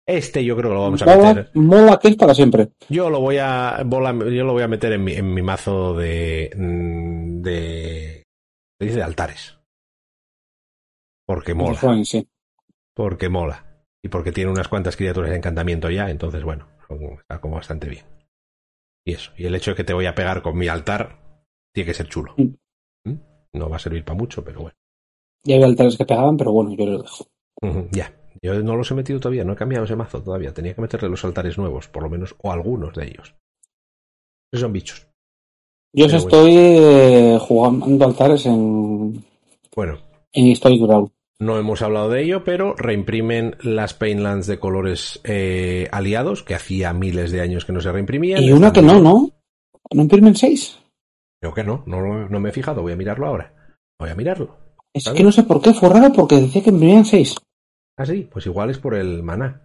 Este yo creo que lo vamos a mola, meter. Mola que es para siempre. Yo lo voy a yo lo voy a meter en mi, en mi mazo de de de, de altares. Porque mola. Fine, sí. Porque mola. Y porque tiene unas cuantas criaturas de encantamiento ya, entonces bueno, está como bastante bien. Y eso. Y el hecho de que te voy a pegar con mi altar tiene que ser chulo. Mm. ¿Mm? No va a servir para mucho, pero bueno. Ya había altares que pegaban, pero bueno, yo lo dejo. Uh-huh, ya. Yo no los he metido todavía, no he cambiado ese mazo todavía. Tenía que meterle los altares nuevos, por lo menos, o algunos de ellos. Esos son bichos. Yo bueno. estoy eh, jugando altares en... Bueno. En Historic Ground. No hemos hablado de ello, pero reimprimen las Painlands de colores eh, aliados, que hacía miles de años que no se reimprimían. Y una que no, ¿no? ¿No imprimen seis? Creo que no, no, no me he fijado, voy a mirarlo ahora. Voy a mirarlo. Es ¿sabes? Que no sé por qué, fue raro porque decía que imprimían seis. Ah, sí, pues igual es por el maná.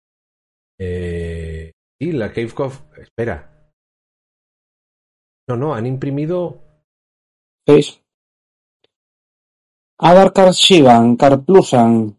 Eh, sí, la Cave Cove, espera. No, no, han imprimido... seis. Adar Shivan, Karplusan,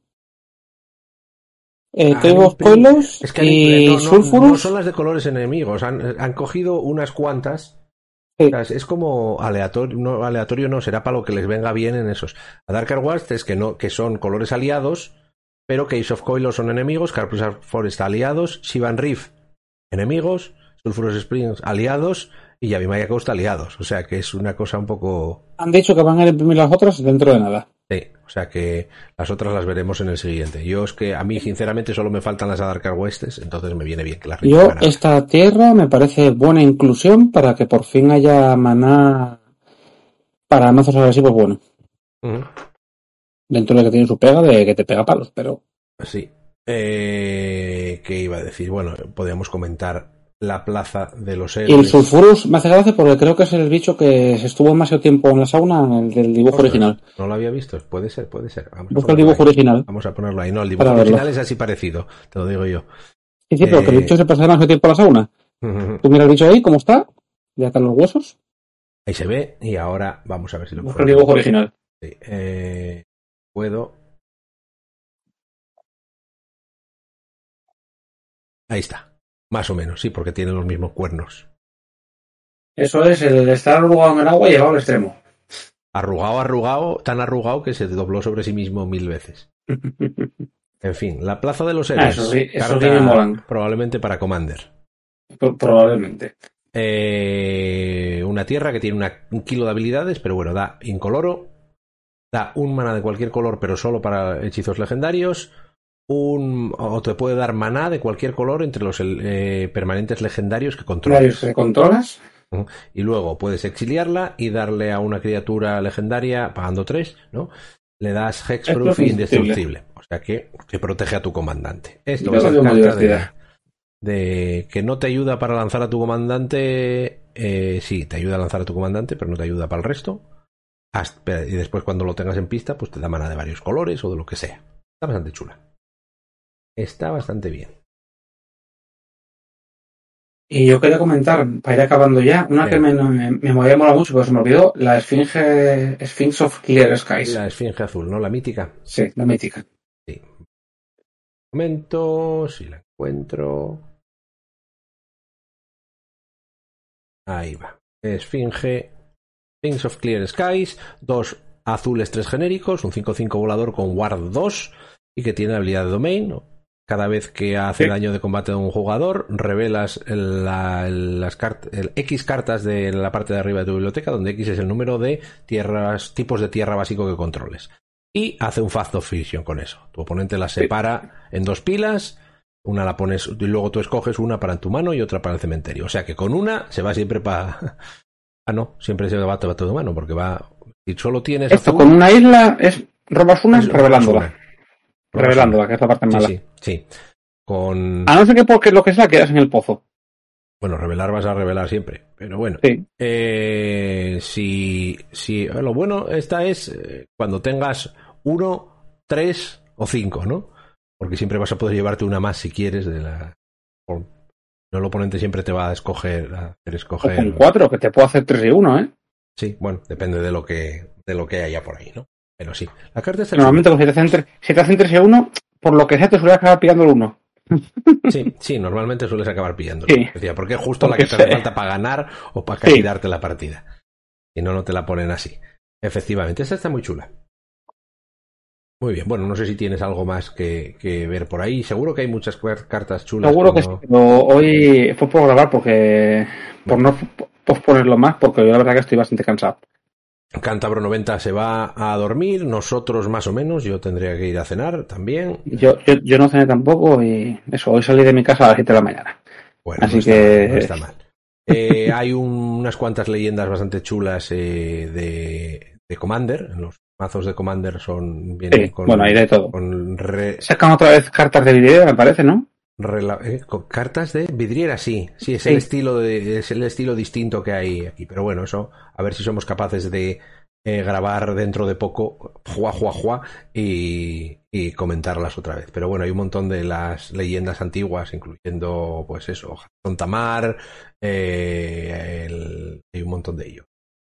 eh, Cave of Coilos es que y no, no, Sulfurus. No son las de colores enemigos, han, han cogido unas cuantas. Sí. O sea, es, es como aleatorio, no, aleatorio no, será para lo que les venga bien en esos. A Darker Wars es que no, que son colores aliados, pero Caves of Coilos son enemigos, Karplusan Forest aliados, Shivan Reef enemigos, Sulfurous Springs aliados y Yavimaya Coast aliados. O sea que es una cosa un poco... Han dicho que van a imprimir las otras dentro de nada. Sí, o sea que las otras las veremos en el siguiente. Yo es que a mí sinceramente solo me faltan las Adarkar Westes, entonces me viene bien que las Yo esta tierra me parece buena inclusión para que por fin haya maná para mazos agresivos bueno. Uh-huh. Dentro de que tiene su pega de que te pega palos, pero... Sí. Eh, ¿Qué iba a decir? Bueno, podríamos comentar la plaza de los héroes. Y el Sulfurus me hace gracia porque creo que es el bicho que se estuvo más tiempo en la sauna, el del dibujo Ostras, original. No lo había visto, puede ser, puede ser. Vamos Busca el dibujo ahí. original. Vamos a ponerlo ahí. No, el dibujo original es así parecido, te lo digo yo. Sí, sí, pero eh... que el bicho se pasa más tiempo en la sauna. Uh-huh. Tú mira el bicho ahí, ¿cómo está? Ya están los huesos. Ahí se ve y ahora vamos a ver si lo Busca el dibujo original. Sí, eh, puedo. Ahí está. Más o menos, sí, porque tienen los mismos cuernos. Eso es, el de estar arrugado en el agua y llevado al extremo. Arrugado, arrugado, tan arrugado que se dobló sobre sí mismo mil veces. En fin, la plaza de los héroes. Ah, eso sí, eso sí me molan. Probablemente para Commander. Probablemente. Eh, una tierra que tiene una, un kilo de habilidades, pero bueno, da incoloro. Da un mana de cualquier color, pero solo para hechizos legendarios. Un, o te puede dar maná de cualquier color entre los eh, permanentes legendarios que controlas. ¿Que controlas? Uh-huh. Y luego puedes exiliarla y darle a una criatura legendaria, pagando tres, ¿no? Le das Hexproof e indestructible. O sea que te protege a tu comandante. Esto es el carta de, de que no te ayuda para lanzar a tu comandante. Eh, sí, te ayuda a lanzar a tu comandante, pero no te ayuda para el resto. Hasta, y después cuando lo tengas en pista, pues te da maná de varios colores o de lo que sea. Está bastante chula. Está bastante bien. Y yo quería comentar, para ir acabando ya, una Bien. que me, me, me movía mola mucho, pero se me olvidó, la Esfinge, Sphinx of Clear Skies. La Esfinge azul, ¿no? La mítica. Sí, la mítica. Sí. Un momento, si la encuentro. Ahí va. Esfinge, Sphinx of Clear Skies, dos azules, tres genéricos, un cinco cinco volador con Ward dos y que tiene la habilidad de Domain, ¿no? Cada vez que hace sí. daño de combate a un jugador, revelas la, las cart- el X cartas de la parte de arriba de tu biblioteca, donde X es el número de tierras, tipos de tierra básico que controles. Y hace un Fast of Fusion con eso. Tu oponente las separa sí. en dos pilas, una la pones y luego tú escoges una para en tu mano y otra para el cementerio. O sea que con una se va siempre para... ah, no, siempre se va para tu mano, porque va... Si solo tienes... Esto azul, con una isla es robas una revelándola. Una. Revelándola, que es la parte mala. Sí, sí, sí. Con... A no ser que porque lo que sea quedas en el pozo. Bueno, revelar vas a revelar siempre. Pero bueno. Sí. Eh, si, si, lo bueno esta es eh, cuando tengas uno, tres o cinco, ¿no? Porque siempre vas a poder llevarte una más si quieres. De la... No, el oponente siempre te va a escoger. A hacer escoger... O con cuatro, que te puedo hacer tres y uno, ¿eh? Sí, bueno, depende de lo que, de lo que haya por ahí, ¿no? Pero sí, la carta está... Normalmente si te hacen tres y uno, por lo que sea te suele acabar pillando el uno. Sí, sí, normalmente sueles acabar pillándolo. Sí. Decía, porque es justo porque la que te hace falta para ganar o para casi sí. darte la partida. Si no, no te la ponen así. Efectivamente, esta está muy chula. Muy bien, bueno, no sé si tienes algo más que, que ver por ahí. Seguro que hay muchas cartas chulas. Seguro que, no... que sí, pero hoy fue por grabar porque por bueno. no posponerlo más, porque yo la verdad que estoy bastante cansado. Cántabro noventa se va a dormir, nosotros más o menos, yo tendría que ir a cenar también. Yo, yo, yo no cené tampoco y eso, hoy salí de mi casa a las siete de la mañana. Bueno, así no está que mal, no está mal. Eh, hay un, unas cuantas leyendas bastante chulas eh, de, de Commander. Los mazos de Commander son vienen sí, con, bueno, hay de todo. Con re... Sacan otra vez cartas de vidriera, me parece, ¿no? Rela... Eh, con cartas de vidriera, sí, sí, es sí. el estilo de, es el estilo distinto que hay aquí. Pero bueno, eso, a ver si somos capaces de eh, grabar dentro de poco, juá, juá, juá, y, y comentarlas otra vez. Pero bueno, hay un montón de las leyendas antiguas, incluyendo, pues eso, Tamar, eh, el... hay un montón de ellos.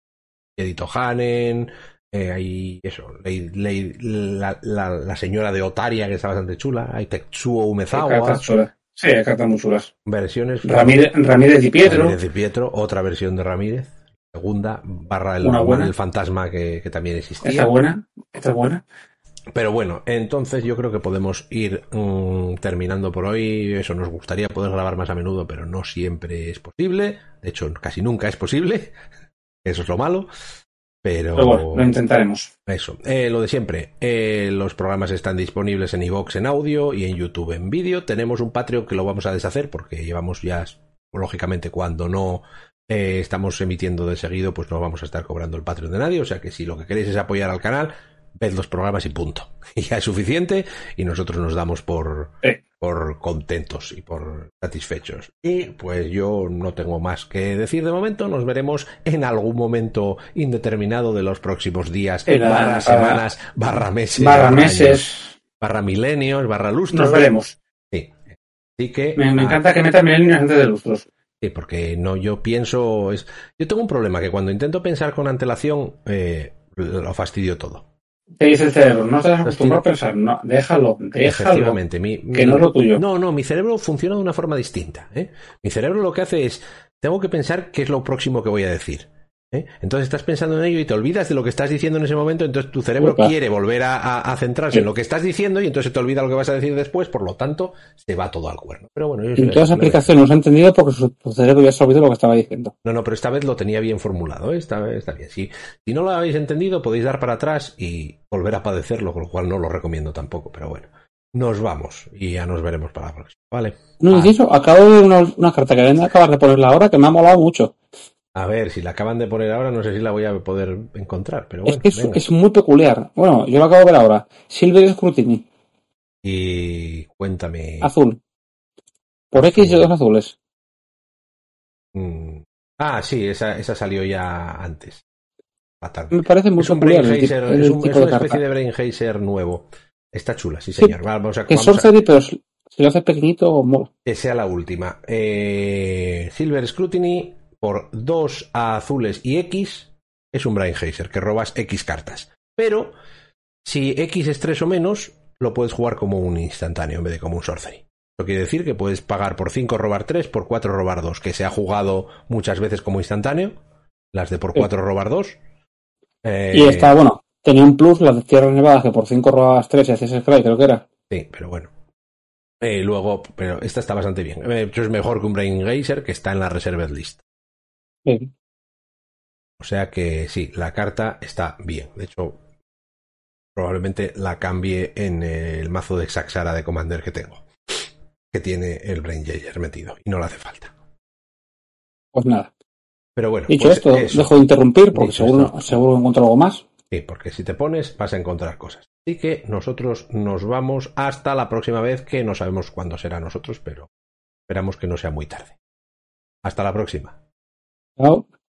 Edito Hanen, eh, hay eso, ley, ley, la, la, la señora de Otaria, que está bastante chula, hay Tetsuo Umezawa. Hay cartas chulas. Sí, hay cartas muy chulas. Versiones. Ramírez, Ramírez Di Pietro. Ramírez Di Pietro, otra versión de Ramírez. Segunda, barra el, el fantasma que, que también existía. Esta buena, esta es buena. Pero bueno, entonces yo creo que podemos ir mmm, terminando por hoy. Eso, nos gustaría poder grabar más a menudo, pero no siempre es posible. De hecho, casi nunca es posible. Eso es lo malo. Pero, pero bueno, lo intentaremos. Eso, eh, lo de siempre. Eh, los programas están disponibles en iVoox en audio y en YouTube en vídeo. Tenemos un Patreon que lo vamos a deshacer porque llevamos ya, lógicamente, cuando no eh, estamos emitiendo de seguido, pues no vamos a estar cobrando el Patreon de nadie. O sea que si lo que queréis es apoyar al canal, ved los programas y punto. Y ya es suficiente y nosotros nos damos por, eh. por contentos y por satisfechos. Y pues yo no tengo más que decir de momento. Nos veremos en algún momento indeterminado de los próximos días, Era, barra semanas, barra meses, barra, meses, años, barra milenios, barra lustros. Nos veremos. Sí. Así que me, me encanta que metan milenios antes de lustros. Sí, porque no, yo pienso, es, yo tengo un problema que cuando intento pensar con antelación eh, lo fastidio todo. Te dice el cerebro, no estás acostumbrado a pensar, no, déjalo, déjalo. Efectivamente, mi, mi, que no es lo tuyo. No, no, mi cerebro funciona de una forma distinta. ¿eh? Mi cerebro lo que hace es, tengo que pensar qué es lo próximo que voy a decir. ¿eh? Entonces estás pensando en ello y te olvidas de lo que estás diciendo en ese momento, entonces tu cerebro Opa. quiere volver a, a, a centrarse sí. en lo que estás diciendo y entonces se te olvida lo que vas a decir después, por lo tanto, se va todo al cuerno. Pero bueno, yo en todas las aplicaciones no he entendido porque su, su cerebro ya se olvidó lo que estaba diciendo. No, no, pero esta vez lo tenía bien formulado, ¿eh? Está, está bien. Si, si no lo habéis entendido, podéis dar para atrás y volver a padecerlo, con lo cual no lo recomiendo tampoco, pero bueno. Nos vamos y ya nos veremos para la próxima, ¿vale? No, y eso, acabo de ver una, una carta que ven acabar de ponerla ahora que me ha molado mucho. A ver, si la acaban de poner ahora, no sé si la voy a poder encontrar, pero bueno. Es que es, es muy peculiar. Bueno, yo lo acabo de ver ahora. Silver Scrutiny. Y cuéntame. Azul. Por X y dos azules. Mm. Ah, sí, esa, esa salió ya antes. Me parece muy es un peculiar. Brain Hazer, el, el es, un, es una de especie de Brain Hazer nuevo. Está chula, sí, señor. Sí, vamos a, que vamos Sorcery, a... pero si lo haces pequeñito, mola. Que sea la última. Eh, Silver Scrutiny por dos azules y X es un Brain Hazer, que robas X cartas. Pero si X es tres o menos, lo puedes jugar como un instantáneo en vez de como un Sorcery. Eso quiere decir que puedes pagar por cinco robar tres, por cuatro robar dos, que se ha jugado muchas veces como instantáneo, las de por cuatro sí. robar dos. Eh... Y está, bueno, tenía un plus, las de Tierras Nevadas, que por cinco robabas tres y hacías Scry, creo que era. Sí, pero bueno. Eh, luego, pero esta está bastante bien. Eh, es mejor que un Brain Hazer, que está en la Reserved List. Sí. O sea que sí, la carta está bien. De hecho, probablemente la cambie en el mazo de Xaxara de Commander que tengo, que tiene el Brain Hazer metido y no le hace falta. Pues nada. Pero bueno, dicho pues esto, eso. dejo de interrumpir porque seguro, seguro encuentro algo más. Sí, porque si te pones vas a encontrar cosas. Así que nosotros nos vamos hasta la próxima vez, que no sabemos cuándo será nosotros, pero esperamos que no sea muy tarde. Hasta la próxima. Chao.